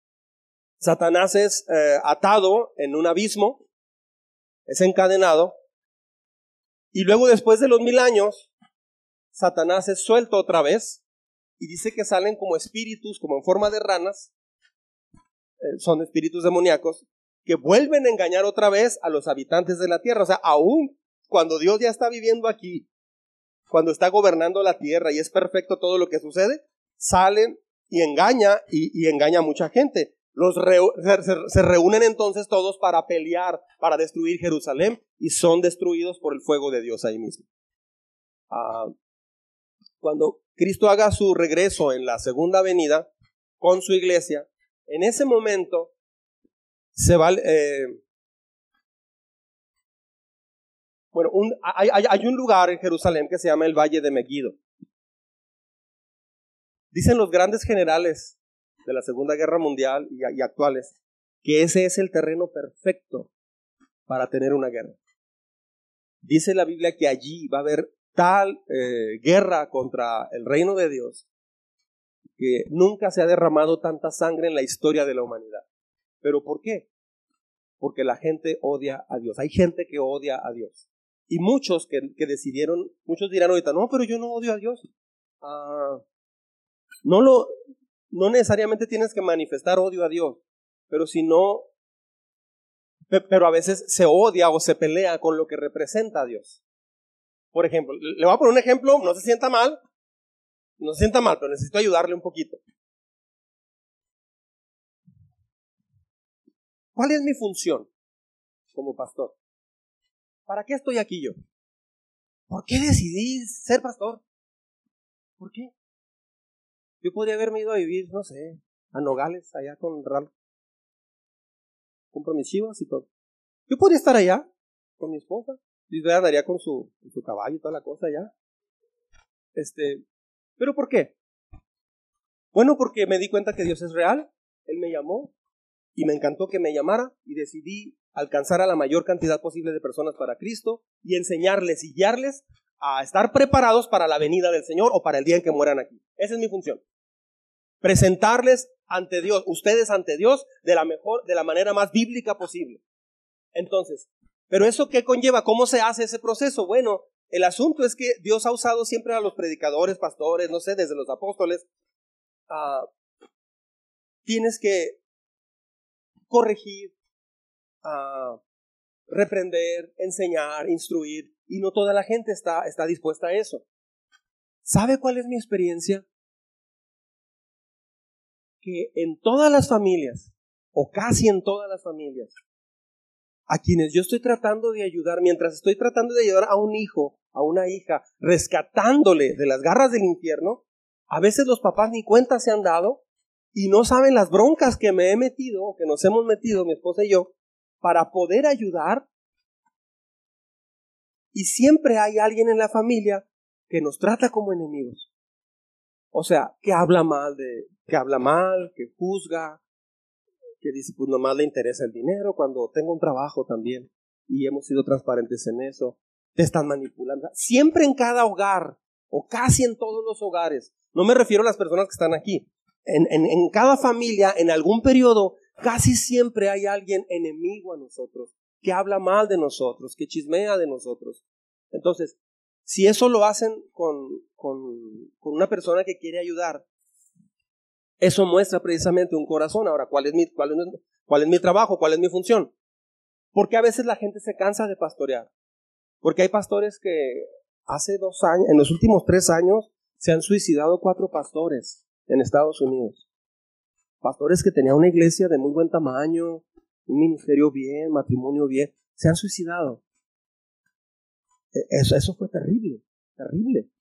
Satanás es eh, atado en un abismo, es encadenado. Y luego, después de los mil años, Satanás es suelto otra vez y dice que salen como espíritus, como en forma de ranas, eh, son espíritus demoníacos, que vuelven a engañar otra vez a los habitantes de la tierra. O sea, aún cuando Dios ya está viviendo aquí, cuando está gobernando la tierra y es perfecto todo lo que sucede, salen y engaña y, y engaña a mucha gente. Los re, se, se reúnen entonces todos para pelear, para destruir Jerusalén, y son destruidos por el fuego de Dios ahí mismo. Ah, cuando Cristo haga su regreso en la segunda venida con su iglesia, en ese momento se va, eh, bueno, un, hay, hay, hay un lugar en Jerusalén que se llama el Valle de Megiddo. Dicen los grandes generales de la Segunda Guerra Mundial y, y actuales que ese es el terreno perfecto para tener una guerra. Dice la Biblia que allí va a haber tal eh, guerra contra el reino de Dios que nunca se ha derramado tanta sangre en la historia de la humanidad. ¿Pero por qué? Porque la gente odia a Dios. Hay gente que odia a Dios. Y muchos que, que decidieron, muchos dirán ahorita, no, pero yo no odio a Dios. Ah, no, lo, no necesariamente tienes que manifestar odio a Dios, pero si no, pero a veces se odia o se pelea con lo que representa a Dios. Por ejemplo, le voy a poner un ejemplo, no se sienta mal, no se sienta mal, pero necesito ayudarle un poquito. ¿Cuál es mi función como pastor? ¿Para qué estoy aquí yo? ¿Por qué decidí ser pastor? ¿Por qué? Yo podría haberme ido a vivir, no sé, a Nogales, allá con Ralph, con mis chivas y todo. Yo podría estar allá con mi esposa, y yo andaría con su, con su caballo y toda la cosa allá. Este, ¿pero por qué? Bueno, porque me di cuenta que Dios es real, Él me llamó, y me encantó que me llamara, y decidí alcanzar a la mayor cantidad posible de personas para Cristo, y enseñarles y guiarles a estar preparados para la venida del Señor o para el día en que mueran aquí. Esa es mi función. Presentarles ante Dios, ustedes ante Dios, de la mejor, de la manera más bíblica posible. Entonces, ¿pero eso qué conlleva? ¿Cómo se hace ese proceso? Bueno, el asunto es que Dios ha usado siempre a los predicadores, pastores, no sé, desde los apóstoles. Uh, tienes que corregir, uh, reprender, enseñar, instruir, y no toda la gente está, está dispuesta a eso. ¿Sabe cuál es mi experiencia? Que en todas las familias, o casi en todas las familias, a quienes yo estoy tratando de ayudar, mientras estoy tratando de ayudar a un hijo, a una hija, rescatándole de las garras del infierno, a veces los papás ni cuenta se han dado y no saben las broncas que me he metido, o que nos hemos metido, mi esposa y yo, para poder ayudar. Y siempre hay alguien en la familia que nos trata como enemigos. O sea, que habla mal, de, que habla mal, que juzga, que dice, pues nomás le interesa el dinero, cuando tengo un trabajo también, y hemos sido transparentes en eso, te están manipulando. Siempre en cada hogar, o casi en todos los hogares, no me refiero a las personas que están aquí, en, en, en cada familia, en algún periodo, casi siempre hay alguien enemigo a nosotros, que habla mal de nosotros, que chismea de nosotros. Entonces, si eso lo hacen con, con, con una persona que quiere ayudar, eso muestra precisamente un corazón. Ahora, ¿cuál es mi, cuál es, cuál es mi trabajo? ¿Cuál es mi función? Porque a veces la gente se cansa de pastorear. Porque hay pastores que hace dos años, en los últimos tres años, se han suicidado cuatro pastores en Estados Unidos. Pastores que tenían una iglesia de muy buen tamaño, un ministerio bien, matrimonio bien, se han suicidado. Eso, eso fue terrible, terrible.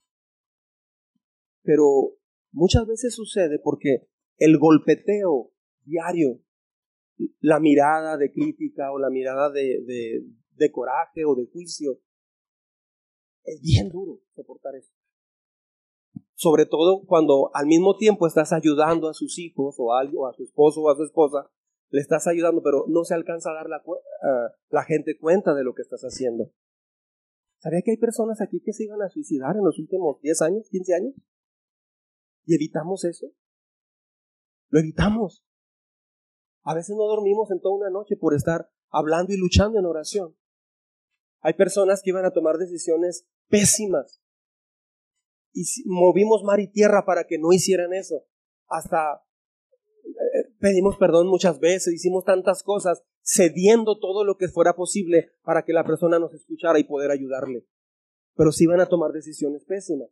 Pero muchas veces sucede porque el golpeteo diario, la mirada de crítica o la mirada de, de, de coraje o de juicio, es bien duro soportar eso. Sobre todo cuando al mismo tiempo estás ayudando a sus hijos o a, o a su esposo o a su esposa, le estás ayudando, pero no se alcanza a dar la, uh, la gente cuenta de lo que estás haciendo. ¿Sabía que hay personas aquí que se iban a suicidar en los últimos diez años, quince años? ¿Y evitamos eso? Lo evitamos. A veces no dormimos en toda una noche por estar hablando y luchando en oración. Hay personas que iban a tomar decisiones pésimas y movimos mar y tierra para que no hicieran eso. Hasta eh, pedimos perdón muchas veces, hicimos tantas cosas, cediendo todo lo que fuera posible para que la persona nos escuchara y poder ayudarle. Pero sí iban a tomar decisiones pésimas.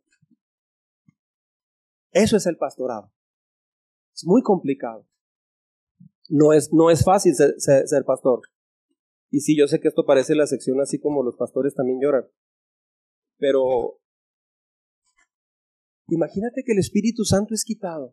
Eso es el pastorado. Es muy complicado. No es, no es fácil ser, ser, ser pastor. Y sí, yo sé que esto parece la sección así como los pastores también lloran. Pero imagínate que el Espíritu Santo es quitado.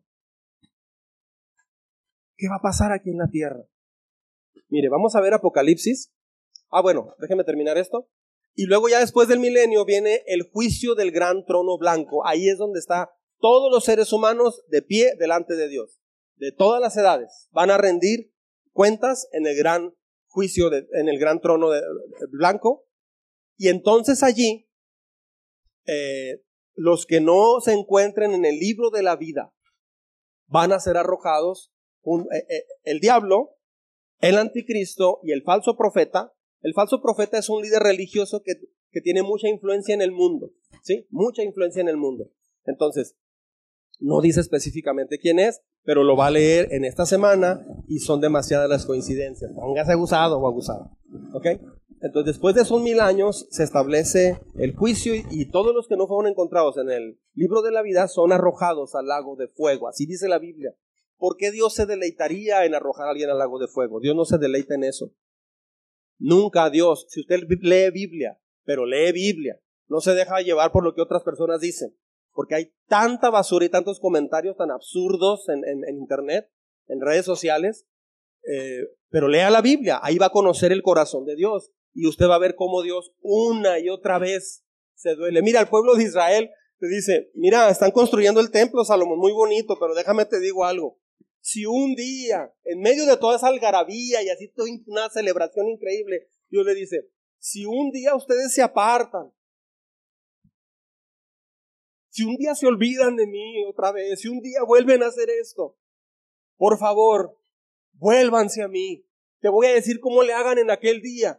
¿Qué va a pasar aquí en la tierra? Mire, vamos a ver Apocalipsis. Ah, bueno, déjeme terminar esto. Y luego ya después del milenio viene el juicio del gran trono blanco. Ahí es donde están todos los seres humanos de pie delante de Dios. De todas las edades. Van a rendir cuentas en el gran juicio, de, en el gran trono de, de blanco. Y entonces allí, eh, los que no se encuentren en el libro de la vida van a ser arrojados. Un, eh, eh, el diablo, el anticristo y el falso profeta. El falso profeta es un líder religioso que, que tiene mucha influencia en el mundo, ¿sí? Mucha influencia en el mundo. Entonces, no dice específicamente quién es, pero lo va a leer en esta semana y son demasiadas las coincidencias. Póngase abusado o abusada, ¿ok? Entonces, después de esos mil años se establece el juicio y, y todos los que no fueron encontrados en el libro de la vida son arrojados al lago de fuego. Así dice la Biblia. ¿Por qué Dios se deleitaría en arrojar a alguien al lago de fuego? Dios no se deleita en eso. Nunca Dios, si usted lee Biblia, pero lee Biblia, no se deja llevar por lo que otras personas dicen, porque hay tanta basura y tantos comentarios tan absurdos en, en, en internet, en redes sociales, eh, pero lea la Biblia, ahí va a conocer el corazón de Dios, y usted va a ver cómo Dios una y otra vez se duele. Mira, el pueblo de Israel te dice, mira, están construyendo el templo, Salomón, muy bonito, pero déjame te digo algo. Si un día, en medio de toda esa algarabía y así toda una celebración increíble, Dios le dice, si un día ustedes se apartan, si un día se olvidan de mí otra vez, si un día vuelven a hacer esto, por favor, vuélvanse a mí. Te voy a decir cómo le hagan en aquel día.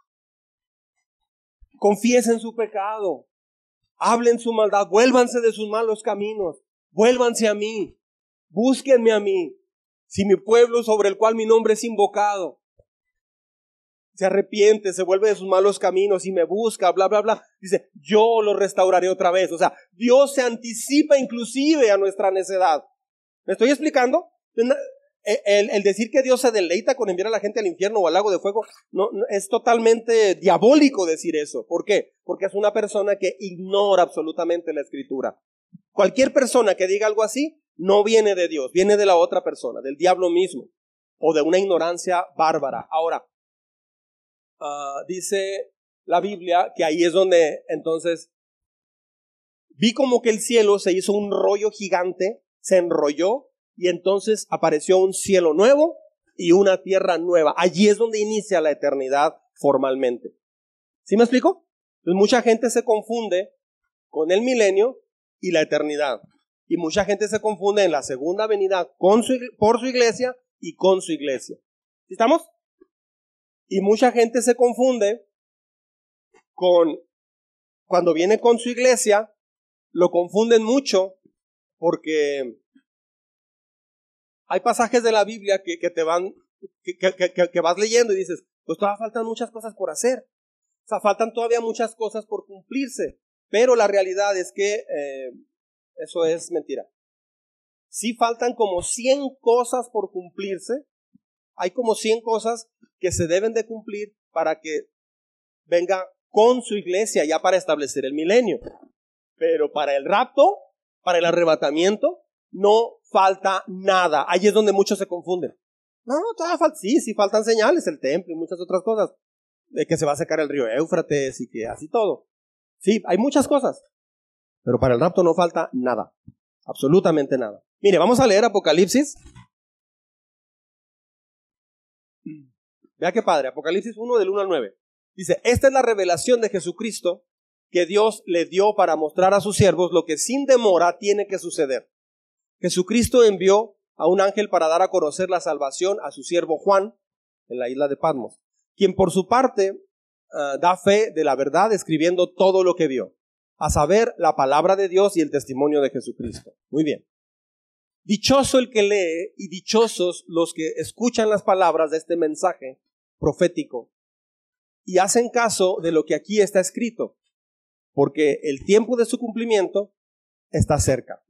Confiesen su pecado, hablen su maldad, vuélvanse de sus malos caminos, vuélvanse a mí. Búsquenme a mí, si mi pueblo sobre el cual mi nombre es invocado se arrepiente, se vuelve de sus malos caminos y me busca, bla, bla, bla, dice, yo lo restauraré otra vez. O sea, Dios se anticipa inclusive a nuestra necedad. ¿Me estoy explicando? El, el decir que Dios se deleita con enviar a la gente al infierno o al lago de fuego, no, no, es totalmente diabólico decir eso. ¿Por qué? Porque es una persona que ignora absolutamente la Escritura. Cualquier persona que diga algo así no viene de Dios, viene de la otra persona, del diablo mismo, o de una ignorancia bárbara. Ahora, uh, dice la Biblia que ahí es donde entonces vi como que el cielo se hizo un rollo gigante, se enrolló y entonces apareció un cielo nuevo y una tierra nueva. Allí es donde inicia la eternidad formalmente. ¿Sí me explico? Pues mucha gente se confunde con el milenio y la eternidad. Y mucha gente se confunde en la segunda venida con su, por su iglesia y con su iglesia. ¿Estamos? Y mucha gente se confunde con, cuando viene con su iglesia, lo confunden mucho porque hay pasajes de la Biblia que, que te van, que, que, que, que vas leyendo y dices, pues todavía faltan muchas cosas por hacer. O sea, faltan todavía muchas cosas por cumplirse. Pero la realidad es que eh, eso es mentira. Sí faltan como cien cosas por cumplirse. Hay como cien cosas que se deben de cumplir para que venga con su iglesia ya para establecer el milenio. Pero para el rapto, para el arrebatamiento, no falta nada. Ahí es donde muchos se confunden. No, todavía falta, sí, sí faltan señales, el templo y muchas otras cosas. De que se va a secar el río Éufrates y que así todo. Sí, hay muchas cosas. Pero para el rapto no falta nada. Absolutamente nada. Mire, vamos a leer Apocalipsis. Vea qué padre. Apocalipsis uno del uno al nueve. Dice, esta es la revelación de Jesucristo que Dios le dio para mostrar a sus siervos lo que sin demora tiene que suceder. Jesucristo envió a un ángel para dar a conocer la salvación a su siervo Juan en la isla de Patmos, quien por su parte uh, da fe de la verdad escribiendo todo lo que vio. a saber, la palabra de Dios y el testimonio de Jesucristo. Muy bien. Dichoso el que lee y dichosos los que escuchan las palabras de este mensaje profético y hacen caso de lo que aquí está escrito, porque el tiempo de su cumplimiento está cerca.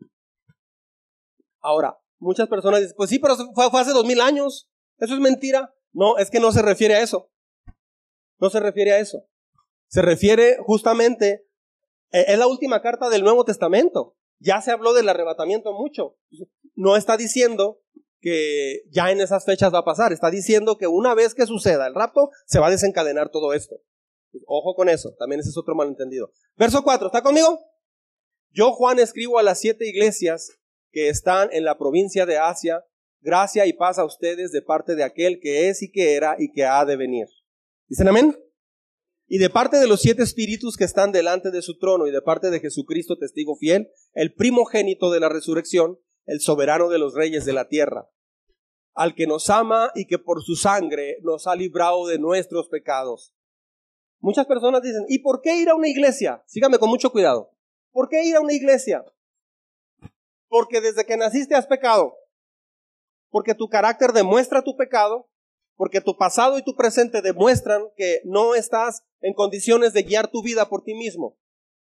Ahora, muchas personas dicen, pues sí, pero fue, fue hace dos mil años, eso es mentira. No, es que no se refiere a eso. No se refiere a eso. Se refiere justamente, eh, es la última carta del Nuevo Testamento. Ya se habló del arrebatamiento mucho. No está diciendo que ya en esas fechas va a pasar. Está diciendo que una vez que suceda el rapto, se va a desencadenar todo esto. Ojo con eso, también ese es otro malentendido. Verso cuatro, ¿está conmigo? Yo, Juan, escribo a las siete iglesias que están en la provincia de Asia. Gracia y paz a ustedes de parte de aquel que es y que era y que ha de venir. ¿Dicen amén? Y de parte de los siete espíritus que están delante de su trono y de parte de Jesucristo, testigo fiel, el primogénito de la resurrección, el soberano de los reyes de la tierra, al que nos ama y que por su sangre nos ha librado de nuestros pecados. Muchas personas dicen, ¿y por qué ir a una iglesia? Sígame con mucho cuidado. ¿Por qué ir a una iglesia? Porque desde que naciste has pecado. Porque tu carácter demuestra tu pecado. Porque tu pasado y tu presente demuestran que no estás en condiciones de guiar tu vida por ti mismo.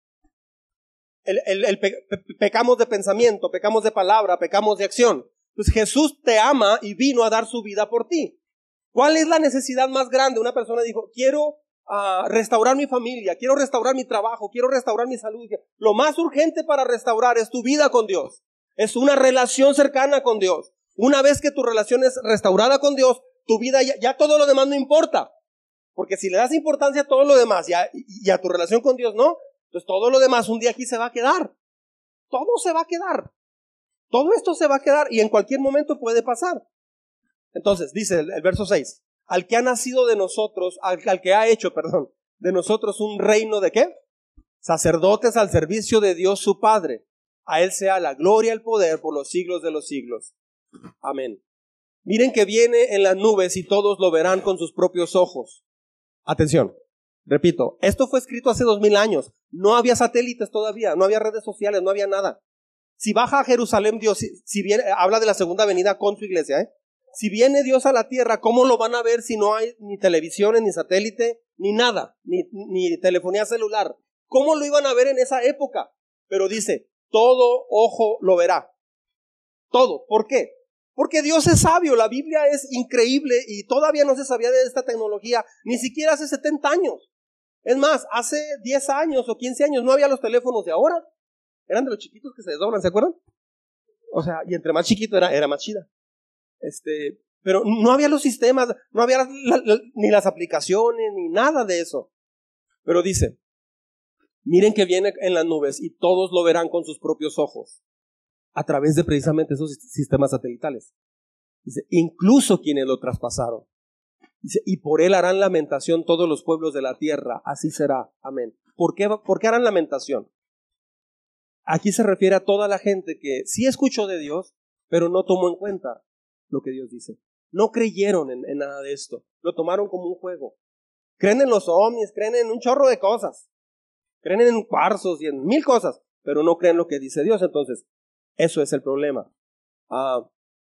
El, el, el pe- pe- pecamos de pensamiento, pecamos de palabra, pecamos de acción. Pues Jesús te ama y vino a dar su vida por ti. ¿Cuál es la necesidad más grande? Una persona dijo, quiero uh, restaurar mi familia, quiero restaurar mi trabajo, quiero restaurar mi salud. Lo más urgente para restaurar es tu vida con Dios. Es una relación cercana con Dios. Una vez que tu relación es restaurada con Dios, tu vida ya, ya todo lo demás no importa. Porque si le das importancia a todo lo demás y a, y a tu relación con Dios no, entonces todo lo demás un día aquí se va a quedar. Todo se va a quedar. Todo esto se va a quedar y en cualquier momento puede pasar. Entonces, dice el, el verso seis, al que ha nacido de nosotros, al, al que ha hecho, perdón, de nosotros un reino de ¿qué? Sacerdotes al servicio de Dios su Padre. A Él sea la gloria y el poder por los siglos de los siglos. Amén. Miren que viene en las nubes y todos lo verán con sus propios ojos. Atención, repito, esto fue escrito hace dos mil años. No había satélites todavía, no había redes sociales, no había nada. Si baja a Jerusalén Dios, si, si viene, habla de la segunda venida con su iglesia, ¿eh? Si viene Dios a la tierra, ¿cómo lo van a ver si no hay ni televisiones, ni satélite, ni nada, ni, ni telefonía celular? ¿Cómo lo iban a ver en esa época? Pero dice, todo ojo lo verá. Todo. ¿Por qué? Porque Dios es sabio, la Biblia es increíble y todavía no se sabía de esta tecnología, ni siquiera hace setenta años. Es más, hace diez años o quince años no había los teléfonos de ahora. Eran de los chiquitos que se desdoblan, ¿se acuerdan? O sea, y entre más chiquito era, era más chida. Este, pero no había los sistemas, no había la, la, ni las aplicaciones, ni nada de eso. Pero dice, miren que viene en las nubes y todos lo verán con sus propios ojos. A través de precisamente esos sistemas satelitales. Dice, incluso quienes lo traspasaron. Dice, y por él harán lamentación todos los pueblos de la tierra, así será. Amén. ¿Por qué, por qué harán lamentación? Aquí se refiere a toda la gente que sí escuchó de Dios, pero no tomó en cuenta lo que Dios dice. No creyeron en, en nada de esto. Lo tomaron como un juego. Creen en los ovnis, creen en un chorro de cosas. Creen en cuarzos y en mil cosas, pero no creen lo que dice Dios. Entonces, eso es el problema. Ah,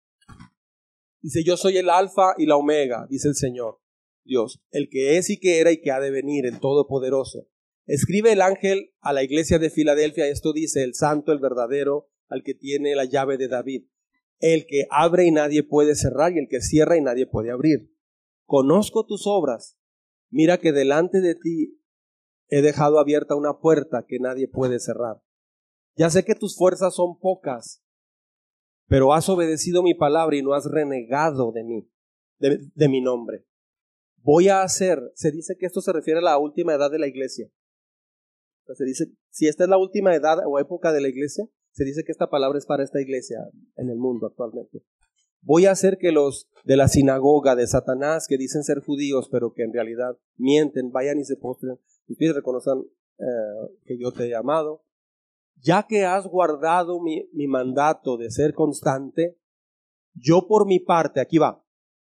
dice, yo soy el alfa y la omega, dice el Señor, Dios, el que es y que era y que ha de venir, el todopoderoso. Escribe el ángel a la iglesia de Filadelfia, esto dice, el santo, el verdadero, al que tiene la llave de David, el que abre y nadie puede cerrar y el que cierra y nadie puede abrir. Conozco tus obras, mira que delante de ti he dejado abierta una puerta que nadie puede cerrar. Ya sé que tus fuerzas son pocas, pero has obedecido mi palabra y no has renegado de mí, de, de mi nombre. Voy a hacer, se dice que esto se refiere a la última edad de la iglesia. Se dice, si esta es la última edad o época de la iglesia, se dice que esta palabra es para esta iglesia en el mundo actualmente. Voy a hacer que los de la sinagoga de Satanás, que dicen ser judíos, pero que en realidad mienten, vayan y se postren, y ustedes reconozcan eh, que yo te he amado. Ya que has guardado mi, mi mandato de ser constante, yo por mi parte, aquí va,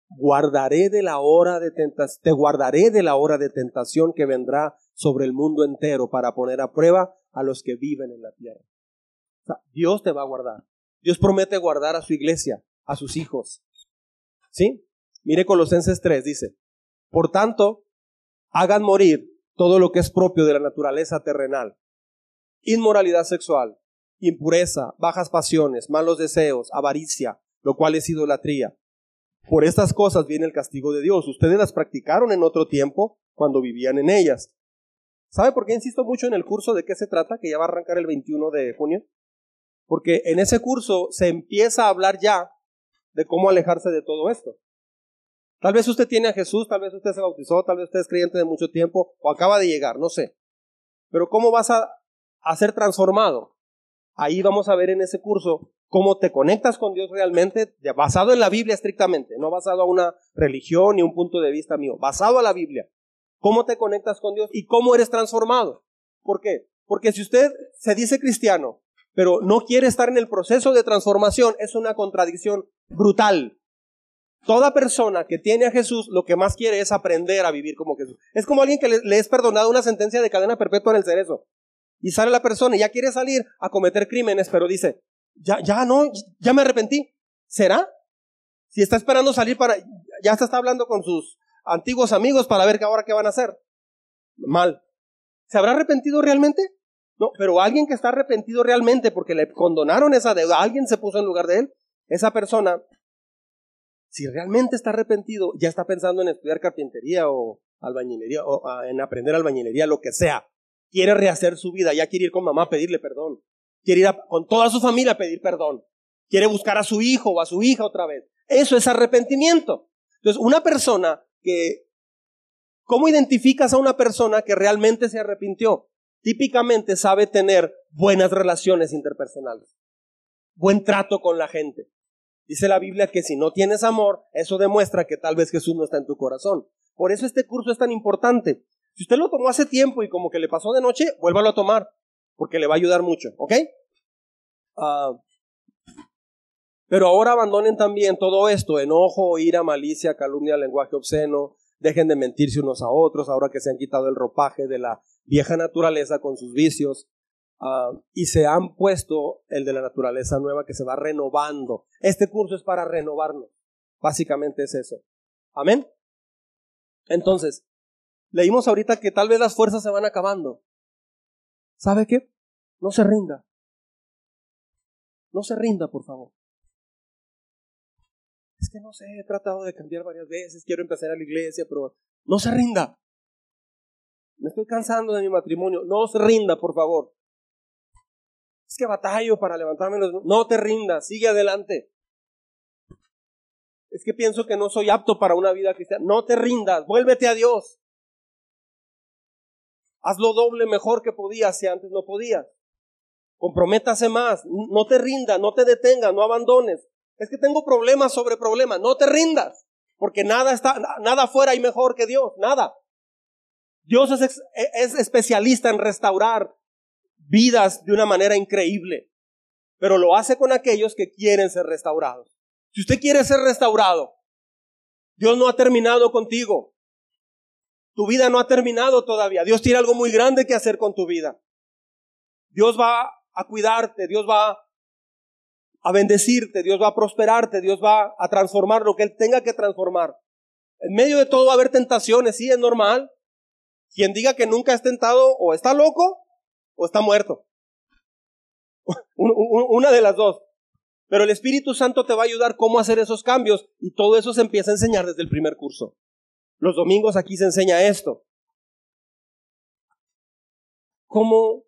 guardaré de la hora de tentación, te guardaré de la hora de tentación que vendrá sobre el mundo entero para poner a prueba a los que viven en la tierra. O sea, Dios te va a guardar. Dios promete guardar a su iglesia, a sus hijos. ¿Sí? Mire Colosenses tres, dice, por tanto, hagan morir todo lo que es propio de la naturaleza terrenal: inmoralidad sexual, impureza, bajas pasiones, malos deseos, avaricia, lo cual es idolatría. Por estas cosas viene el castigo de Dios. Ustedes las practicaron en otro tiempo cuando vivían en ellas. ¿Sabe por qué insisto mucho en el curso de qué se trata? Que ya va a arrancar el veintiuno de junio. Porque en ese curso se empieza a hablar ya de cómo alejarse de todo esto. Tal vez usted tiene a Jesús, tal vez usted se bautizó, tal vez usted es creyente de mucho tiempo o acaba de llegar, no sé. Pero ¿cómo vas a, a ser transformado? Ahí vamos a ver en ese curso cómo te conectas con Dios realmente, basado en la Biblia estrictamente, no basado a una religión ni un punto de vista mío, basado a la Biblia. ¿Cómo te conectas con Dios y cómo eres transformado? ¿Por qué? Porque si usted se dice cristiano, pero no quiere estar en el proceso de transformación, es una contradicción brutal. Toda persona que tiene a Jesús lo que más quiere es aprender a vivir como Jesús. Es como alguien que le, le es perdonado una sentencia de cadena perpetua en el cerezo. Y sale la persona y ya quiere salir a cometer crímenes, pero dice, ya, ya no, ya me arrepentí. ¿Será? Si está esperando salir para, ya se está hablando con sus antiguos amigos para ver que ahora qué van a hacer. Mal. ¿Se habrá arrepentido realmente? No, pero alguien que está arrepentido realmente porque le condonaron esa deuda, alguien se puso en lugar de él, esa persona, si realmente está arrepentido, ya está pensando en estudiar carpintería o albañilería, o uh, en aprender albañilería, lo que sea. Quiere rehacer su vida, ya quiere ir con mamá a pedirle perdón. Quiere ir a, con toda su familia a pedir perdón. Quiere buscar a su hijo o a su hija otra vez. Eso es arrepentimiento. Entonces, una persona que, ¿cómo identificas a una persona que realmente se arrepintió? Típicamente sabe tener buenas relaciones interpersonales, buen trato con la gente. Dice la Biblia que si no tienes amor, eso demuestra que tal vez Jesús no está en tu corazón. Por eso este curso es tan importante. Si usted lo tomó hace tiempo y como que le pasó de noche, vuélvalo a tomar, porque le va a ayudar mucho, ¿ok? Uh, pero ahora abandonen también todo esto: enojo, ira, malicia, calumnia, lenguaje obsceno. Dejen de mentirse unos a otros ahora que se han quitado el ropaje de la vieja naturaleza con sus vicios. Uh, y se han puesto el de la naturaleza nueva que se va renovando. Este curso es para renovarnos. Básicamente es eso. Amén. Entonces, leímos ahorita que tal vez las fuerzas se van acabando. ¿Sabe qué? No se rinda. No se rinda, por favor. Es que no sé, he tratado de cambiar varias veces, quiero empezar a la iglesia, pero no se rinda. Me estoy cansando de mi matrimonio. No se rinda, por favor. Es que batallo para levantarme los... No te rindas, sigue adelante. Es que pienso que no soy apto para una vida cristiana. No te rindas, vuélvete a Dios. Hazlo doble mejor que podías si antes no podías. Comprométase más, no te rindas, no te detengas, no abandones. Es que tengo problemas sobre problemas, no te rindas, porque nada está, nada afuera hay mejor que Dios, nada. Dios es, es especialista en restaurar vidas de una manera increíble, pero lo hace con aquellos que quieren ser restaurados. Si usted quiere ser restaurado, Dios no ha terminado contigo. Tu vida no ha terminado todavía. Dios tiene algo muy grande que hacer con tu vida. Dios va a cuidarte, Dios va a bendecirte, Dios va a prosperarte, Dios va a transformar lo que Él tenga que transformar. En medio de todo va a haber tentaciones, sí, es normal. Quien diga que nunca es tentado o está loco o está muerto. Una de las dos. Pero el Espíritu Santo te va a ayudar cómo hacer esos cambios y todo eso se empieza a enseñar desde el primer curso. Los domingos aquí se enseña esto. ¿Cómo,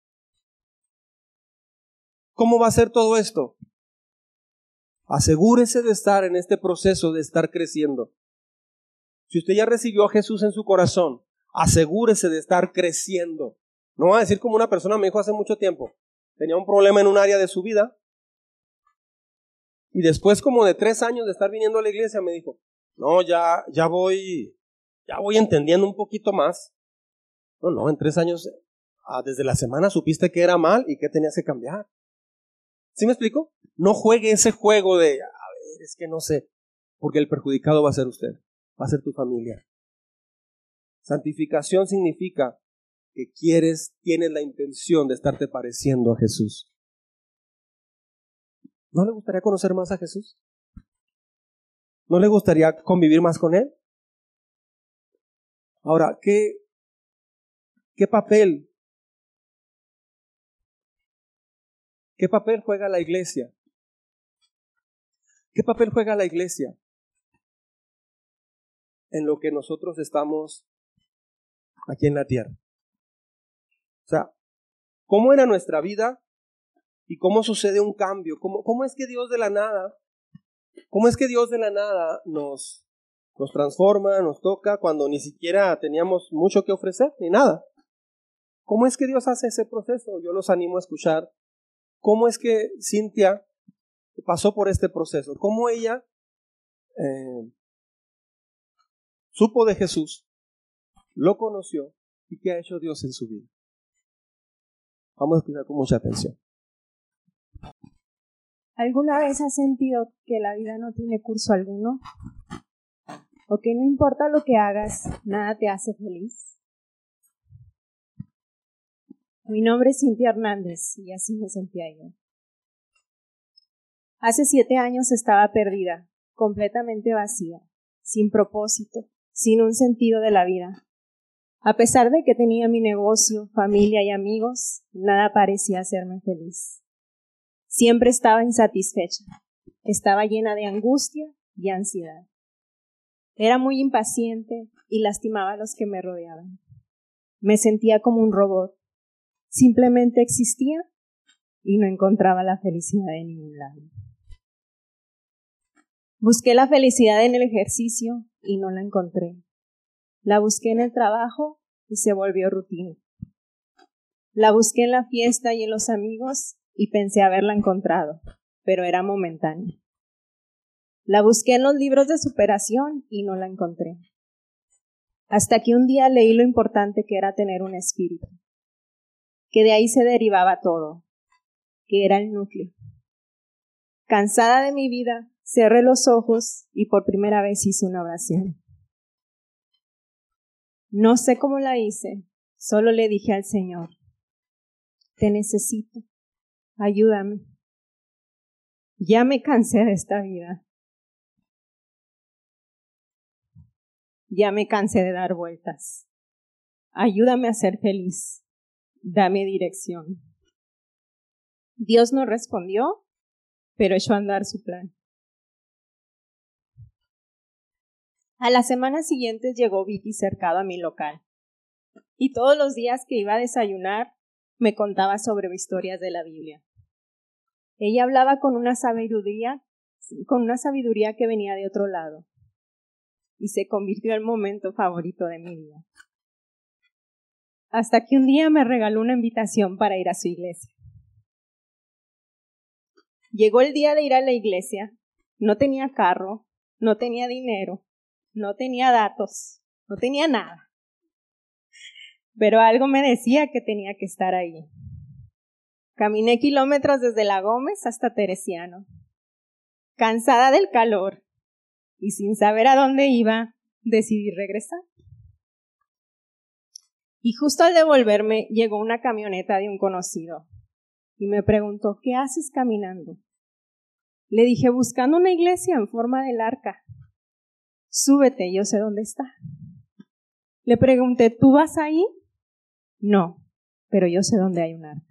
cómo va a ser todo esto? Asegúrese de estar en este proceso de estar creciendo. Si usted ya recibió a Jesús en su corazón, asegúrese de estar creciendo. No va a decir como una persona me dijo hace mucho tiempo. Tenía un problema en un área de su vida y después como de tres años de estar viniendo a la iglesia me dijo, no, ya, ya voy, ya voy entendiendo un poquito más. No, no, en tres años, ah, desde la semana supiste que era mal y que tenías que cambiar. ¿Sí me explico? No juegue ese juego de, a ver, es que no sé. porque el perjudicado va a ser usted, va a ser tu familia. Santificación significa que quieres, tienes la intención de estarte pareciendo a Jesús. ¿No le gustaría conocer más a Jesús? ¿No le gustaría convivir más con Él? Ahora, ¿qué, qué papel? ¿Qué papel juega la iglesia? ¿Qué papel juega la iglesia en lo que nosotros estamos aquí en la tierra? O sea, ¿cómo era nuestra vida y cómo sucede un cambio? ¿Cómo, cómo es que Dios de la nada, cómo es que Dios de la nada nos, nos transforma, nos toca cuando ni siquiera teníamos mucho que ofrecer, ni nada? ¿Cómo es que Dios hace ese proceso? Yo los animo a escuchar. ¿Cómo es que Cintia pasó por este proceso? ¿Cómo ella eh, supo de Jesús, lo conoció y qué ha hecho Dios en su vida? Vamos a escuchar con mucha atención. ¿Alguna vez has sentido que la vida no tiene curso alguno? ¿O que no importa lo que hagas, nada te hace feliz? Mi nombre es Cintia Hernández y así me sentía yo. Hace siete años estaba perdida, completamente vacía, sin propósito, sin un sentido de la vida. A pesar de que tenía mi negocio, familia y amigos, nada parecía hacerme feliz. Siempre estaba insatisfecha, estaba llena de angustia y ansiedad. Era muy impaciente y lastimaba a los que me rodeaban. Me sentía como un robot. Simplemente existía y no encontraba la felicidad en ningún lado. Busqué la felicidad en el ejercicio y no la encontré. La busqué en el trabajo y se volvió rutina. La busqué en la fiesta y en los amigos y pensé haberla encontrado, pero era momentánea. La busqué en los libros de superación y no la encontré. Hasta que un día leí lo importante que era tener un espíritu, que de ahí se derivaba todo, que era el núcleo. Cansada de mi vida, cerré los ojos y por primera vez hice una oración. No sé cómo la hice, solo le dije al Señor, te necesito, ayúdame. Ya me cansé de esta vida. Ya me cansé de dar vueltas. Ayúdame a ser feliz. Dame dirección. Dios no respondió, pero echó a andar su plan. A las semanas siguientes llegó Vicky Cercado a mi local. Y todos los días que iba a desayunar, me contaba sobre historias de la Biblia. Ella hablaba con una sabiduría, con una sabiduría que venía de otro lado. Y se convirtió en el momento favorito de mi vida. Hasta que un día me regaló una invitación para ir a su iglesia. Llegó el día de ir a la iglesia, no tenía carro, no tenía dinero, no tenía datos, no tenía nada. Pero algo me decía que tenía que estar ahí. Caminé kilómetros desde La Gómez hasta Teresiano, cansada del calor y sin saber a dónde iba, decidí regresar. Y justo al devolverme llegó una camioneta de un conocido y me preguntó, ¿qué haces caminando? Le dije, buscando una iglesia en forma del arca. Súbete, yo sé dónde está. Le pregunté, ¿tú vas ahí? No, pero yo sé dónde hay un arca.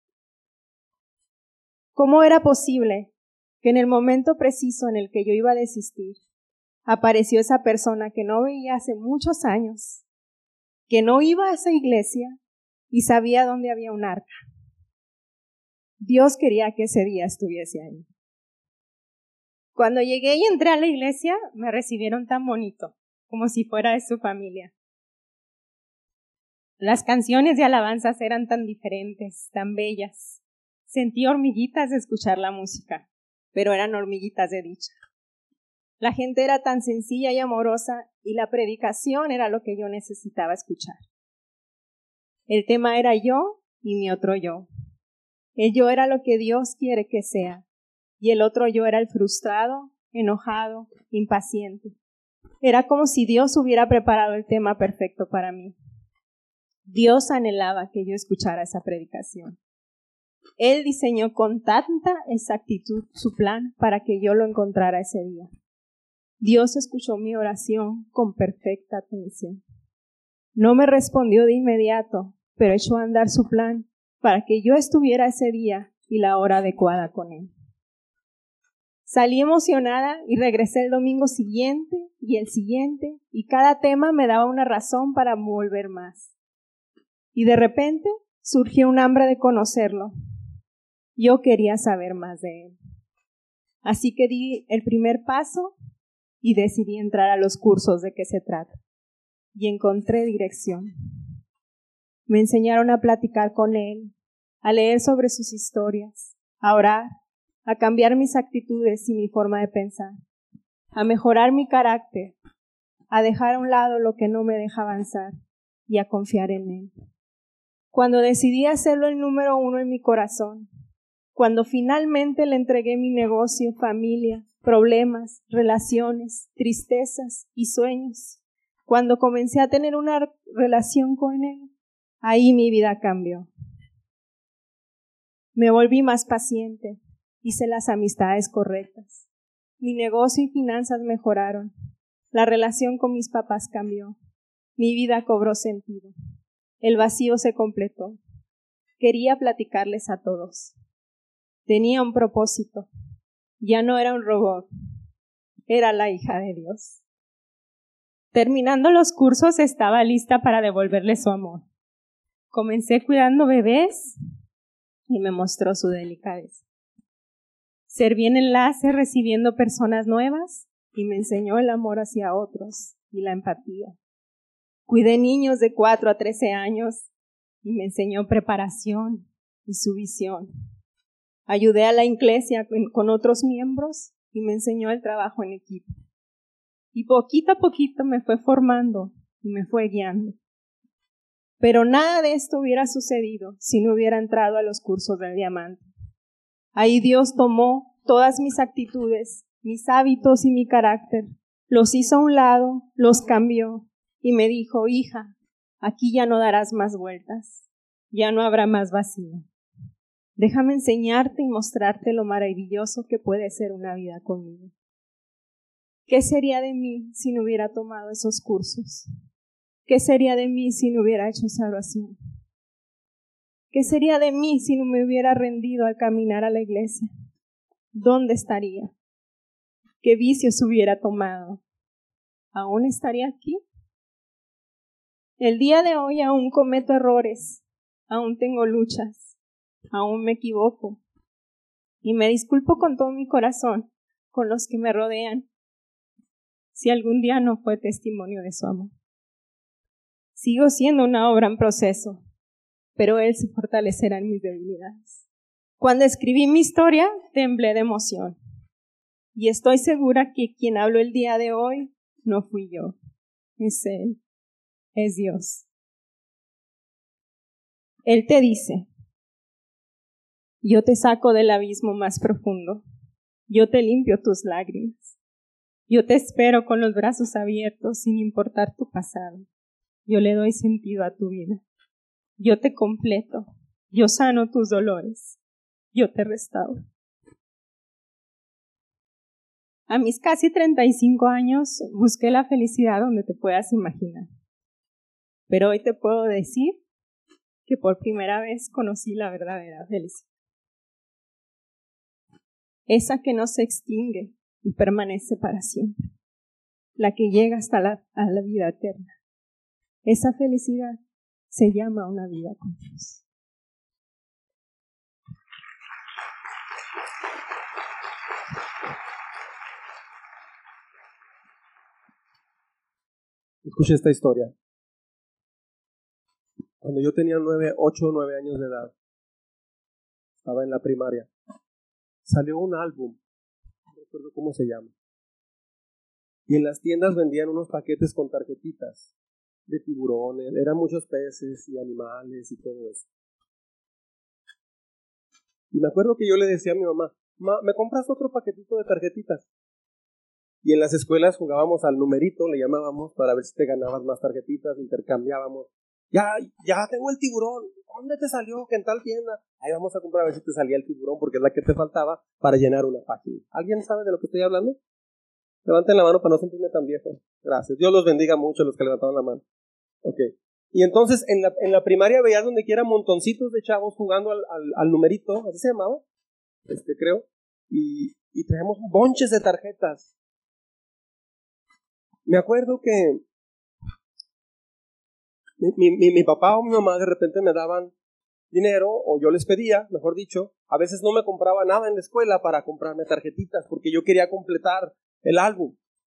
¿Cómo era posible que en el momento preciso en el que yo iba a desistir, apareció esa persona que no veía hace muchos años, que no iba a esa iglesia y sabía dónde había un arca? Dios quería que ese día estuviese ahí. Cuando llegué y entré a la iglesia, me recibieron tan bonito, como si fuera de su familia. Las canciones de alabanzas eran tan diferentes, tan bellas. Sentí hormiguitas de escuchar la música, pero eran hormiguitas de dicha. La gente era tan sencilla y amorosa, y la predicación era lo que yo necesitaba escuchar. El tema era yo y mi otro yo. El yo era lo que Dios quiere que sea, y el otro yo era el frustrado, enojado, impaciente. Era como si Dios hubiera preparado el tema perfecto para mí. Dios anhelaba que yo escuchara esa predicación. Él diseñó con tanta exactitud su plan para que yo lo encontrara ese día. Dios escuchó mi oración con perfecta atención. No me respondió de inmediato, pero echó a andar su plan para que yo estuviera ese día y la hora adecuada con Él. Salí emocionada y regresé el domingo siguiente y el siguiente, y cada tema me daba una razón para volver más. Y de repente surgió un hambre de conocerlo. Yo quería saber más de Él. Así que di el primer paso y decidí entrar a los cursos de qué se trata. Y encontré dirección. Me enseñaron a platicar con Él, a leer sobre sus historias, a orar, a cambiar mis actitudes y mi forma de pensar, a mejorar mi carácter, a dejar a un lado lo que no me deja avanzar y a confiar en Él. Cuando decidí hacerlo el número uno en mi corazón, cuando finalmente le entregué mi negocio, familia, problemas, relaciones, tristezas y sueños, cuando comencé a tener una relación con Él, ahí mi vida cambió. Me volví más paciente, hice las amistades correctas, mi negocio y finanzas mejoraron, la relación con mis papás cambió, mi vida cobró sentido, el vacío se completó. Quería platicarles a todos. Tenía un propósito. Ya no era un robot, era la hija de Dios. Terminando los cursos, estaba lista para devolverle su amor. Comencé cuidando bebés y me mostró su delicadeza. Serví en enlace recibiendo personas nuevas y me enseñó el amor hacia otros y la empatía. Cuidé niños de cuatro a trece años y me enseñó preparación y su visión. Ayudé a la iglesia con otros miembros y me enseñó el trabajo en equipo. Y poquito a poquito me fue formando y me fue guiando. Pero nada de esto hubiera sucedido si no hubiera entrado a los cursos del diamante. Ahí Dios tomó todas mis actitudes, mis hábitos y mi carácter, los hizo a un lado, los cambió y me dijo: hija, aquí ya no darás más vueltas, ya no habrá más vacío. Déjame enseñarte y mostrarte lo maravilloso que puede ser una vida conmigo. ¿Qué sería de mí si no hubiera tomado esos cursos? ¿Qué sería de mí si no hubiera hecho esa oración? ¿Qué sería de mí si no me hubiera rendido al caminar a la iglesia? ¿Dónde estaría? ¿Qué vicios hubiera tomado? ¿Aún estaría aquí? El día de hoy aún cometo errores, aún tengo luchas, aún me equivoco y me disculpo con todo mi corazón con los que me rodean si algún día no fue testimonio de su amor. Sigo siendo una obra en proceso, pero Él se fortalecerá en mis debilidades. Cuando escribí mi historia, temblé de emoción. Y estoy segura que quien habló el día de hoy no fui yo, es Él, es Dios. Él te dice: yo te saco del abismo más profundo, yo te limpio tus lágrimas, yo te espero con los brazos abiertos sin importar tu pasado, yo le doy sentido a tu vida, yo te completo, yo sano tus dolores, yo te restauro. A mis casi treinta y cinco años busqué la felicidad donde te puedas imaginar. Pero hoy te puedo decir que por primera vez conocí la verdadera felicidad. Esa que no se extingue y permanece para siempre. La que llega hasta la, a la vida eterna. Esa felicidad se llama una vida con Dios. Escucha esta historia. Cuando yo tenía nueve, ocho o nueve años de edad, estaba en la primaria, salió un álbum, no recuerdo cómo se llama, y en las tiendas vendían unos paquetes con tarjetitas de tiburones, eran muchos peces y animales y todo eso. Y me acuerdo que yo le decía a mi mamá: Ma, ¿me compras otro paquetito de tarjetitas? Y en las escuelas jugábamos al numerito, le llamábamos, para ver si te ganabas más tarjetitas, intercambiábamos. Ya, ya tengo el tiburón. ¿Dónde te salió? ¿Que en tal tienda? Ahí vamos a comprar a ver si te salía el tiburón, porque es la que te faltaba para llenar una página. ¿Alguien sabe de lo que estoy hablando? Levanten la mano para no sentirme tan viejo. Gracias. Dios los bendiga mucho los que levantaron la mano. Ok. Y entonces en la, en la primaria veías donde quiera montoncitos de chavos jugando al, al, al numerito, así se llamaba, este creo, y, y traíamos bonches de tarjetas. Me acuerdo que mi, mi, mi papá o mi mamá de repente me daban dinero, o yo les pedía, mejor dicho, a veces no me compraba nada en la escuela para comprarme tarjetitas, porque yo quería completar el álbum.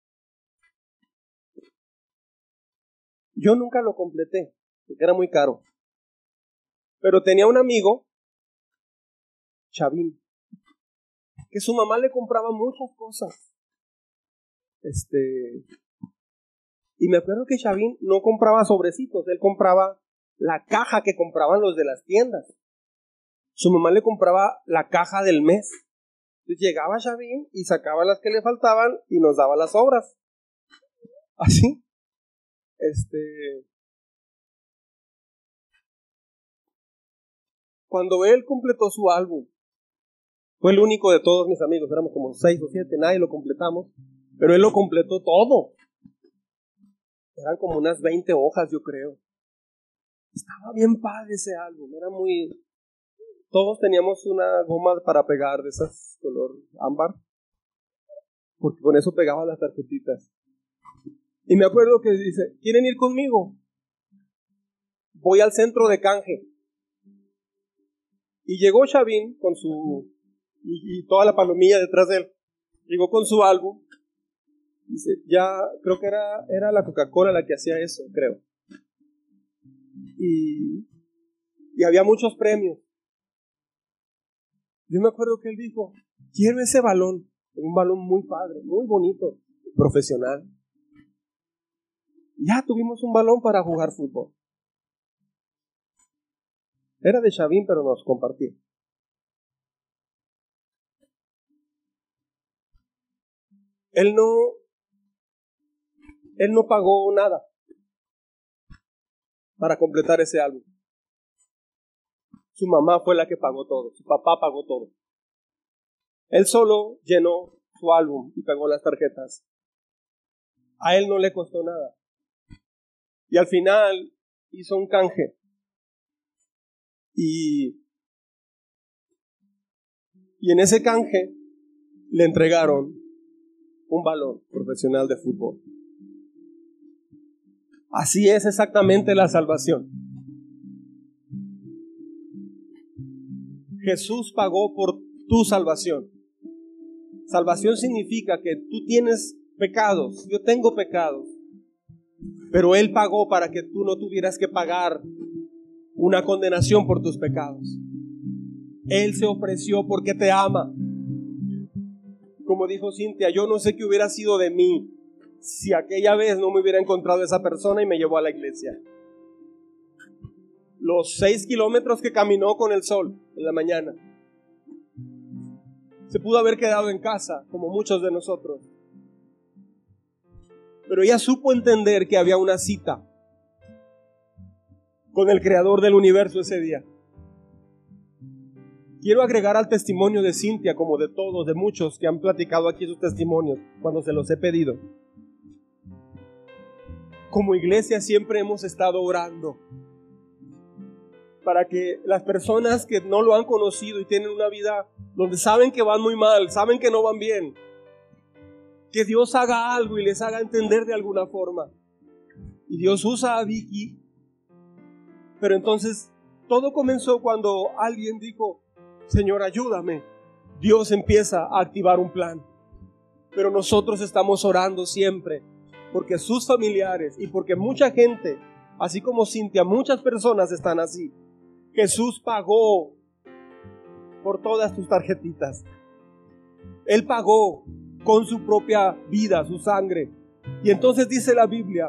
Yo nunca lo completé, porque era muy caro. Pero tenía un amigo, Chavín, que su mamá le compraba muchas cosas. Este, y me acuerdo que Chavín no compraba sobrecitos, él compraba la caja que compraban los de las tiendas. Su mamá le compraba la caja del mes. Entonces llegaba Chavín y sacaba las que le faltaban y nos daba las sobras. Así. Este, cuando él completó su álbum, fue el único de todos mis amigos, éramos como seis o siete, nadie lo completamos, pero él lo completó todo. Eran como unas veinte hojas, yo creo. Estaba bien padre ese álbum, era muy... Todos teníamos una goma para pegar de esas color ámbar, porque con eso pegaba las tarjetitas. Y me acuerdo que dice, ¿quieren ir conmigo? Voy al centro de canje. Y llegó Chavín con su... Y, y toda la palomilla detrás de él. Llegó con su álbum. Dice, ya, creo que era, era la Coca-Cola la que hacía eso, creo. Y, y había muchos premios. Yo me acuerdo que él dijo, quiero ese balón. Un balón muy padre, muy bonito, profesional. Ya tuvimos un balón para jugar fútbol. Era de Chavín, pero nos compartió. Él no, él no pagó nada para completar ese álbum. Su mamá fue la que pagó todo, su papá pagó todo. Él solo llenó su álbum y pagó las tarjetas. A él no le costó nada. Y al final hizo un canje. Y, y en ese canje le entregaron un balón profesional de fútbol. Así es exactamente la salvación. Jesús pagó por tu salvación. Salvación significa que tú tienes pecados, yo tengo pecados, pero Él pagó para que tú no tuvieras que pagar una condenación por tus pecados. Él se ofreció porque te ama. Como dijo Cintia, yo no sé qué hubiera sido de mí si aquella vez no me hubiera encontrado esa persona y me llevó a la iglesia. Los seis kilómetros que caminó con el sol en la mañana. Se pudo haber quedado en casa, como muchos de nosotros. Pero ella supo entender que había una cita con el creador del universo ese día. Quiero agregar al testimonio de Cintia, como de todos, de muchos que han platicado aquí sus testimonios cuando se los he pedido. Como iglesia siempre hemos estado orando para que las personas que no lo han conocido y tienen una vida donde saben que van muy mal, saben que no van bien, que Dios haga algo y les haga entender de alguna forma. Y Dios usa a Vicky. Pero entonces todo comenzó cuando alguien dijo, Señor, ayúdame. Dios empieza a activar un plan. Pero nosotros estamos orando siempre porque sus familiares y porque mucha gente, así como Cintia, muchas personas están así. Jesús pagó por todas tus tarjetitas. Él pagó con su propia vida, su sangre. Y entonces dice la Biblia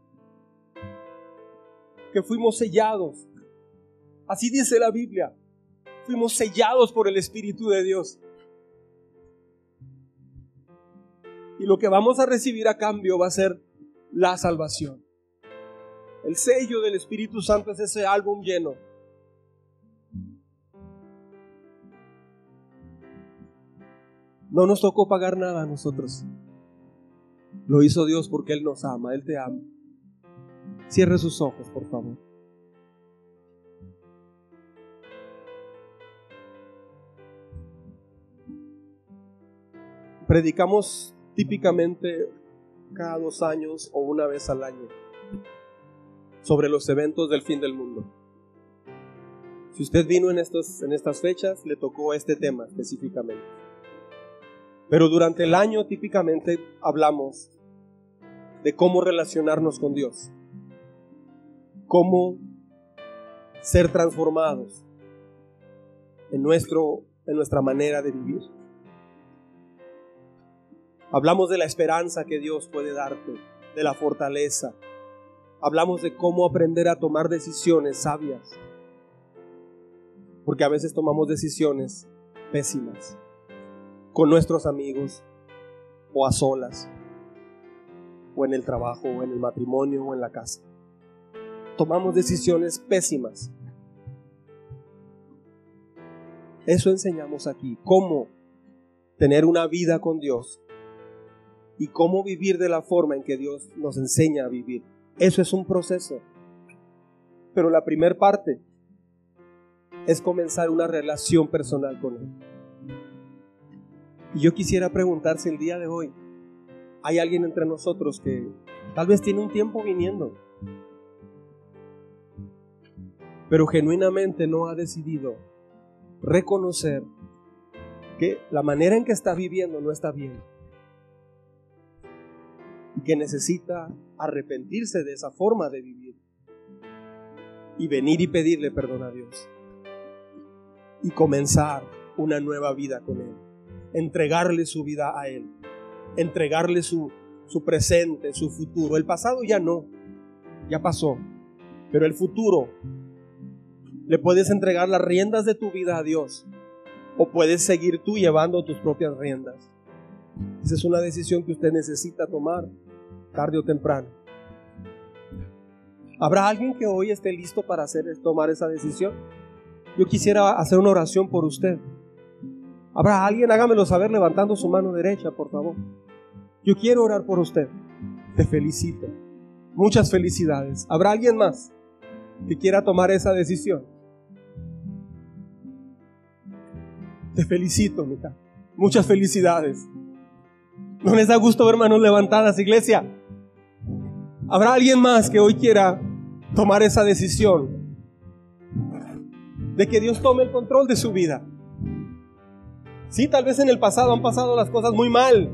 que fuimos sellados. Así dice la Biblia. Fuimos sellados por el Espíritu de Dios. Y lo que vamos a recibir a cambio va a ser la salvación. El sello del Espíritu Santo es ese álbum lleno. No nos tocó pagar nada a nosotros. Lo hizo Dios porque Él nos ama, Él te ama. Cierre sus ojos, por favor. Predicamos típicamente cada dos años o una vez al año sobre los eventos del fin del mundo. Si usted vino en, estos, en estas fechas, le tocó este tema específicamente. Pero durante el año típicamente hablamos de cómo relacionarnos con Dios, cómo ser transformados en, nuestro, en nuestra manera de vivir. Hablamos de la esperanza que Dios puede darte, de la fortaleza. Hablamos de cómo aprender a tomar decisiones sabias, porque a veces tomamos decisiones pésimas con nuestros amigos, o a solas, o en el trabajo, o en el matrimonio, o en la casa. Tomamos decisiones pésimas. Eso enseñamos aquí, cómo tener una vida con Dios y cómo vivir de la forma en que Dios nos enseña a vivir. Eso es un proceso. Pero la primera parte es comenzar una relación personal con Él. Y yo quisiera preguntar si el día de hoy hay alguien entre nosotros que tal vez tiene un tiempo viniendo, pero genuinamente no ha decidido reconocer que la manera en que está viviendo no está bien y que necesita arrepentirse de esa forma de vivir y venir y pedirle perdón a Dios y comenzar una nueva vida con Él, entregarle su vida a Él, entregarle su, su presente, su futuro. El pasado ya no, ya pasó, pero el futuro le puedes entregar las riendas de tu vida a Dios, o puedes seguir tú llevando tus propias riendas. Esa es una decisión que usted necesita tomar tarde o temprano. ¿Habrá alguien que hoy esté listo para hacer, tomar esa decisión? Yo quisiera hacer una oración por usted. ¿Habrá alguien? Hágamelo saber levantando su mano derecha, por favor. Yo quiero orar por usted. Te felicito. Muchas felicidades. ¿Habrá alguien más que quiera tomar esa decisión? Te felicito, mija. Muchas felicidades. ¿No les da gusto ver manos levantadas, iglesia? ¿Habrá alguien más que hoy quiera tomar esa decisión de que Dios tome el control de su vida? Sí, tal vez en el pasado han pasado las cosas muy mal.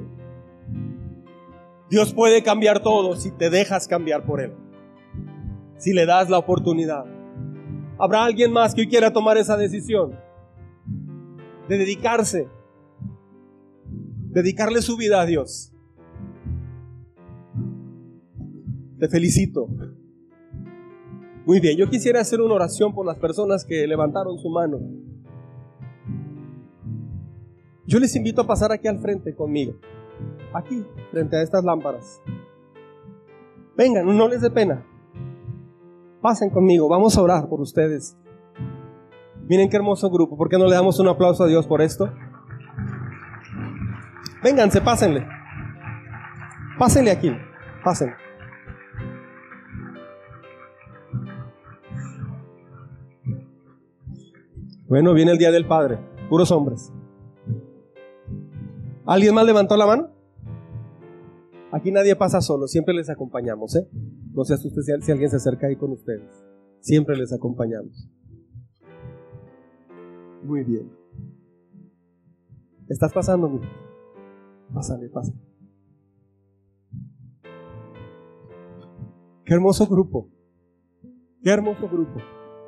Dios puede cambiar todo si te dejas cambiar por Él, si le das la oportunidad. ¿Habrá alguien más que hoy quiera tomar esa decisión de dedicarse, dedicarle su vida a Dios? Te felicito. Muy bien, yo quisiera hacer una oración por las personas que levantaron su mano. Yo les invito a pasar aquí al frente conmigo, aquí, frente a estas lámparas. Vengan, no les dé pena. Pasen conmigo, vamos a orar por ustedes. Miren qué hermoso grupo. ¿Por qué no le damos un aplauso a Dios por esto? Vénganse, pásenle. Pásenle aquí, pásenle. Bueno, viene el Día del Padre, puros hombres. ¿Alguien más levantó la mano? Aquí nadie pasa solo, siempre les acompañamos, ¿eh? No se asuste si, si alguien se acerca ahí con ustedes. Siempre les acompañamos. Muy bien. ¿Estás pasando, mijo? Pásale, pásale. Qué hermoso grupo. Qué hermoso grupo.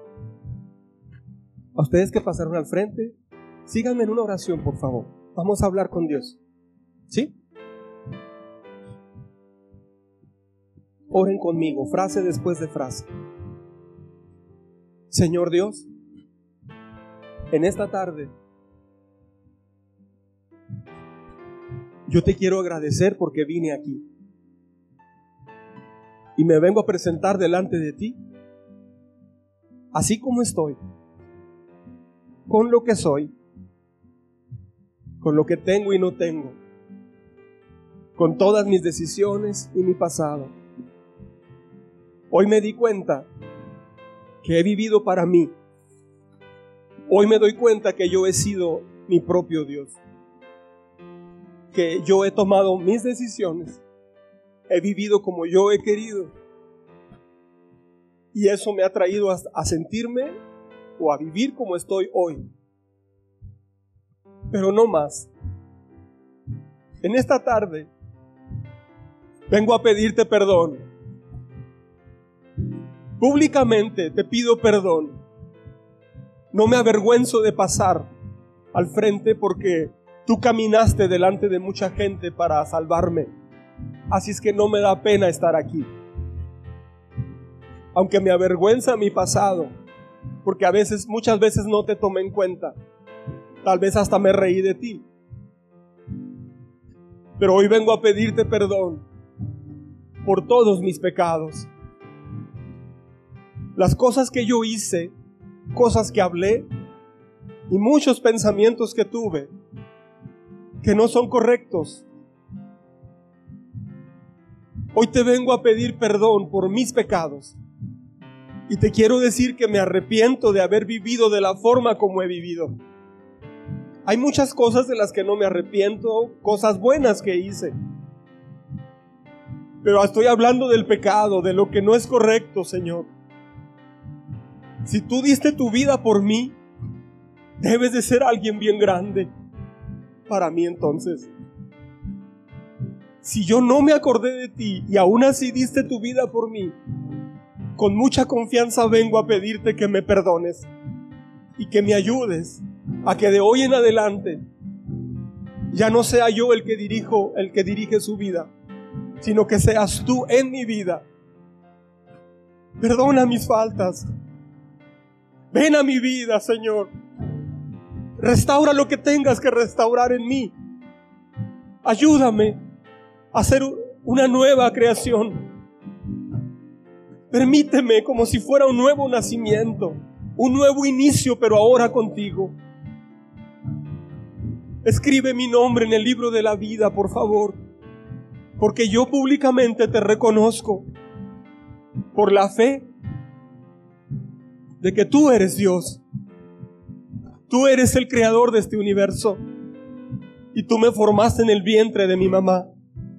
A ustedes que pasaron al frente, síganme en una oración, por favor. Vamos a hablar con Dios. ¿Sí? Oren conmigo, frase después de frase. Señor Dios, en esta tarde yo te quiero agradecer porque vine aquí. Y me vengo a presentar delante de ti, así como estoy, con lo que soy, con lo que tengo y no tengo, con todas mis decisiones y mi pasado. Hoy me di cuenta que he vivido para mí. Hoy me doy cuenta que yo he sido mi propio Dios, que yo he tomado mis decisiones, he vivido como yo he querido, y eso me ha traído a, a sentirme o a vivir como estoy hoy. Pero no más. En esta tarde vengo a pedirte perdón. Públicamente te pido perdón. No me avergüenzo de pasar al frente porque tú caminaste delante de mucha gente para salvarme. Así es que no me da pena estar aquí. Aunque me avergüenza mi pasado, porque a veces, muchas veces no te tomé en cuenta. Tal vez hasta me reí de ti. Pero hoy vengo a pedirte perdón por todos mis pecados. Las cosas que yo hice, cosas que hablé y muchos pensamientos que tuve que no son correctos. Hoy te vengo a pedir perdón por mis pecados. Y te quiero decir que me arrepiento de haber vivido de la forma como he vivido. Hay muchas cosas de las que no me arrepiento, cosas buenas que hice. Pero estoy hablando del pecado, de lo que no es correcto, Señor. Si tú diste tu vida por mí, debes de ser alguien bien grande para mí entonces. Si yo no me acordé de ti y aún así diste tu vida por mí, con mucha confianza vengo a pedirte que me perdones y que me ayudes a que de hoy en adelante ya no sea yo el que dirijo, el que dirige su vida, sino que seas tú en mi vida. Perdona mis faltas. Ven a mi vida, Señor. Restaura lo que tengas que restaurar en mí. Ayúdame a hacer una nueva creación. Permíteme como si fuera un nuevo nacimiento, un nuevo inicio, pero ahora contigo. Escribe mi nombre en el libro de la vida, por favor, porque yo públicamente te reconozco por la fe de que tú eres Dios. Tú eres el creador de este universo y tú me formaste en el vientre de mi mamá.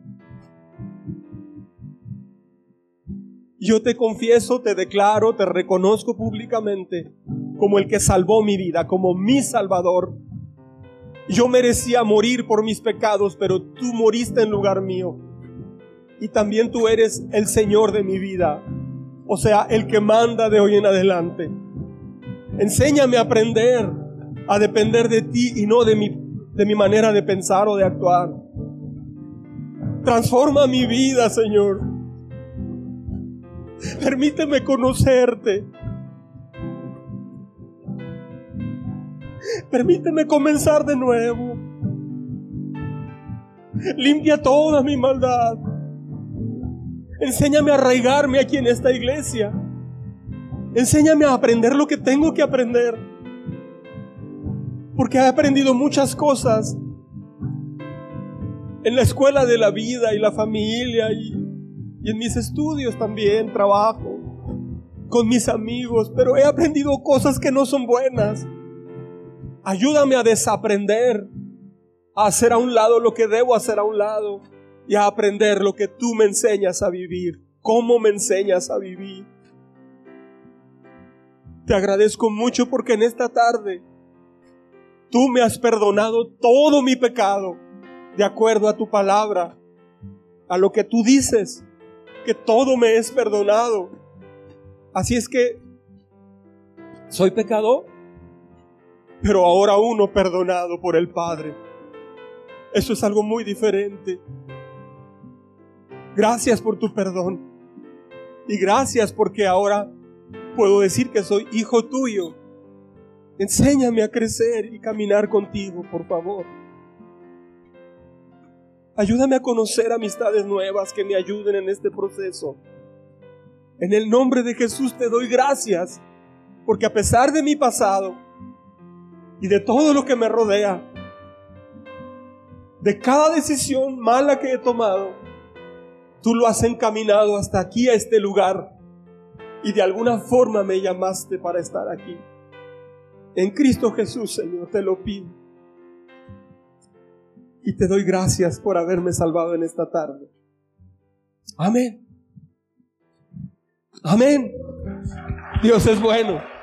Yo te confieso, te declaro, te reconozco públicamente como el que salvó mi vida, como mi Salvador. Yo merecía morir por mis pecados, pero tú moriste en lugar mío. Y también tú eres el Señor de mi vida, o sea, el que manda de hoy en adelante. Enséñame a aprender a depender de ti y no de mi, de mi manera de pensar o de actuar. Transforma mi vida, Señor. Permíteme conocerte. Permíteme comenzar de nuevo. Limpia toda mi maldad. Enséñame a arraigarme aquí en esta iglesia. Enséñame a aprender lo que tengo que aprender. Porque he aprendido muchas cosas en la escuela de la vida y la familia y Y en mis estudios también, trabajo, con mis amigos, pero he aprendido cosas que no son buenas. Ayúdame a desaprender, a hacer a un lado lo que debo hacer a un lado y a aprender lo que tú me enseñas a vivir, cómo me enseñas a vivir. Te agradezco mucho porque en esta tarde tú me has perdonado todo mi pecado de acuerdo a tu palabra, a lo que tú dices, que todo me es perdonado. Así es que soy pecador, pero ahora uno perdonado por el Padre. Eso es algo muy diferente. Gracias por tu perdón y gracias porque ahora puedo decir que soy hijo tuyo. Enséñame a crecer y caminar contigo, por favor. Ayúdame a conocer amistades nuevas que me ayuden en este proceso. En el nombre de Jesús te doy gracias, porque a pesar de mi pasado y de todo lo que me rodea, de cada decisión mala que he tomado, tú lo has encaminado hasta aquí, a este lugar, y de alguna forma me llamaste para estar aquí. En Cristo Jesús, Señor, te lo pido. Y te doy gracias por haberme salvado en esta tarde. Amén. Amén. Dios es bueno.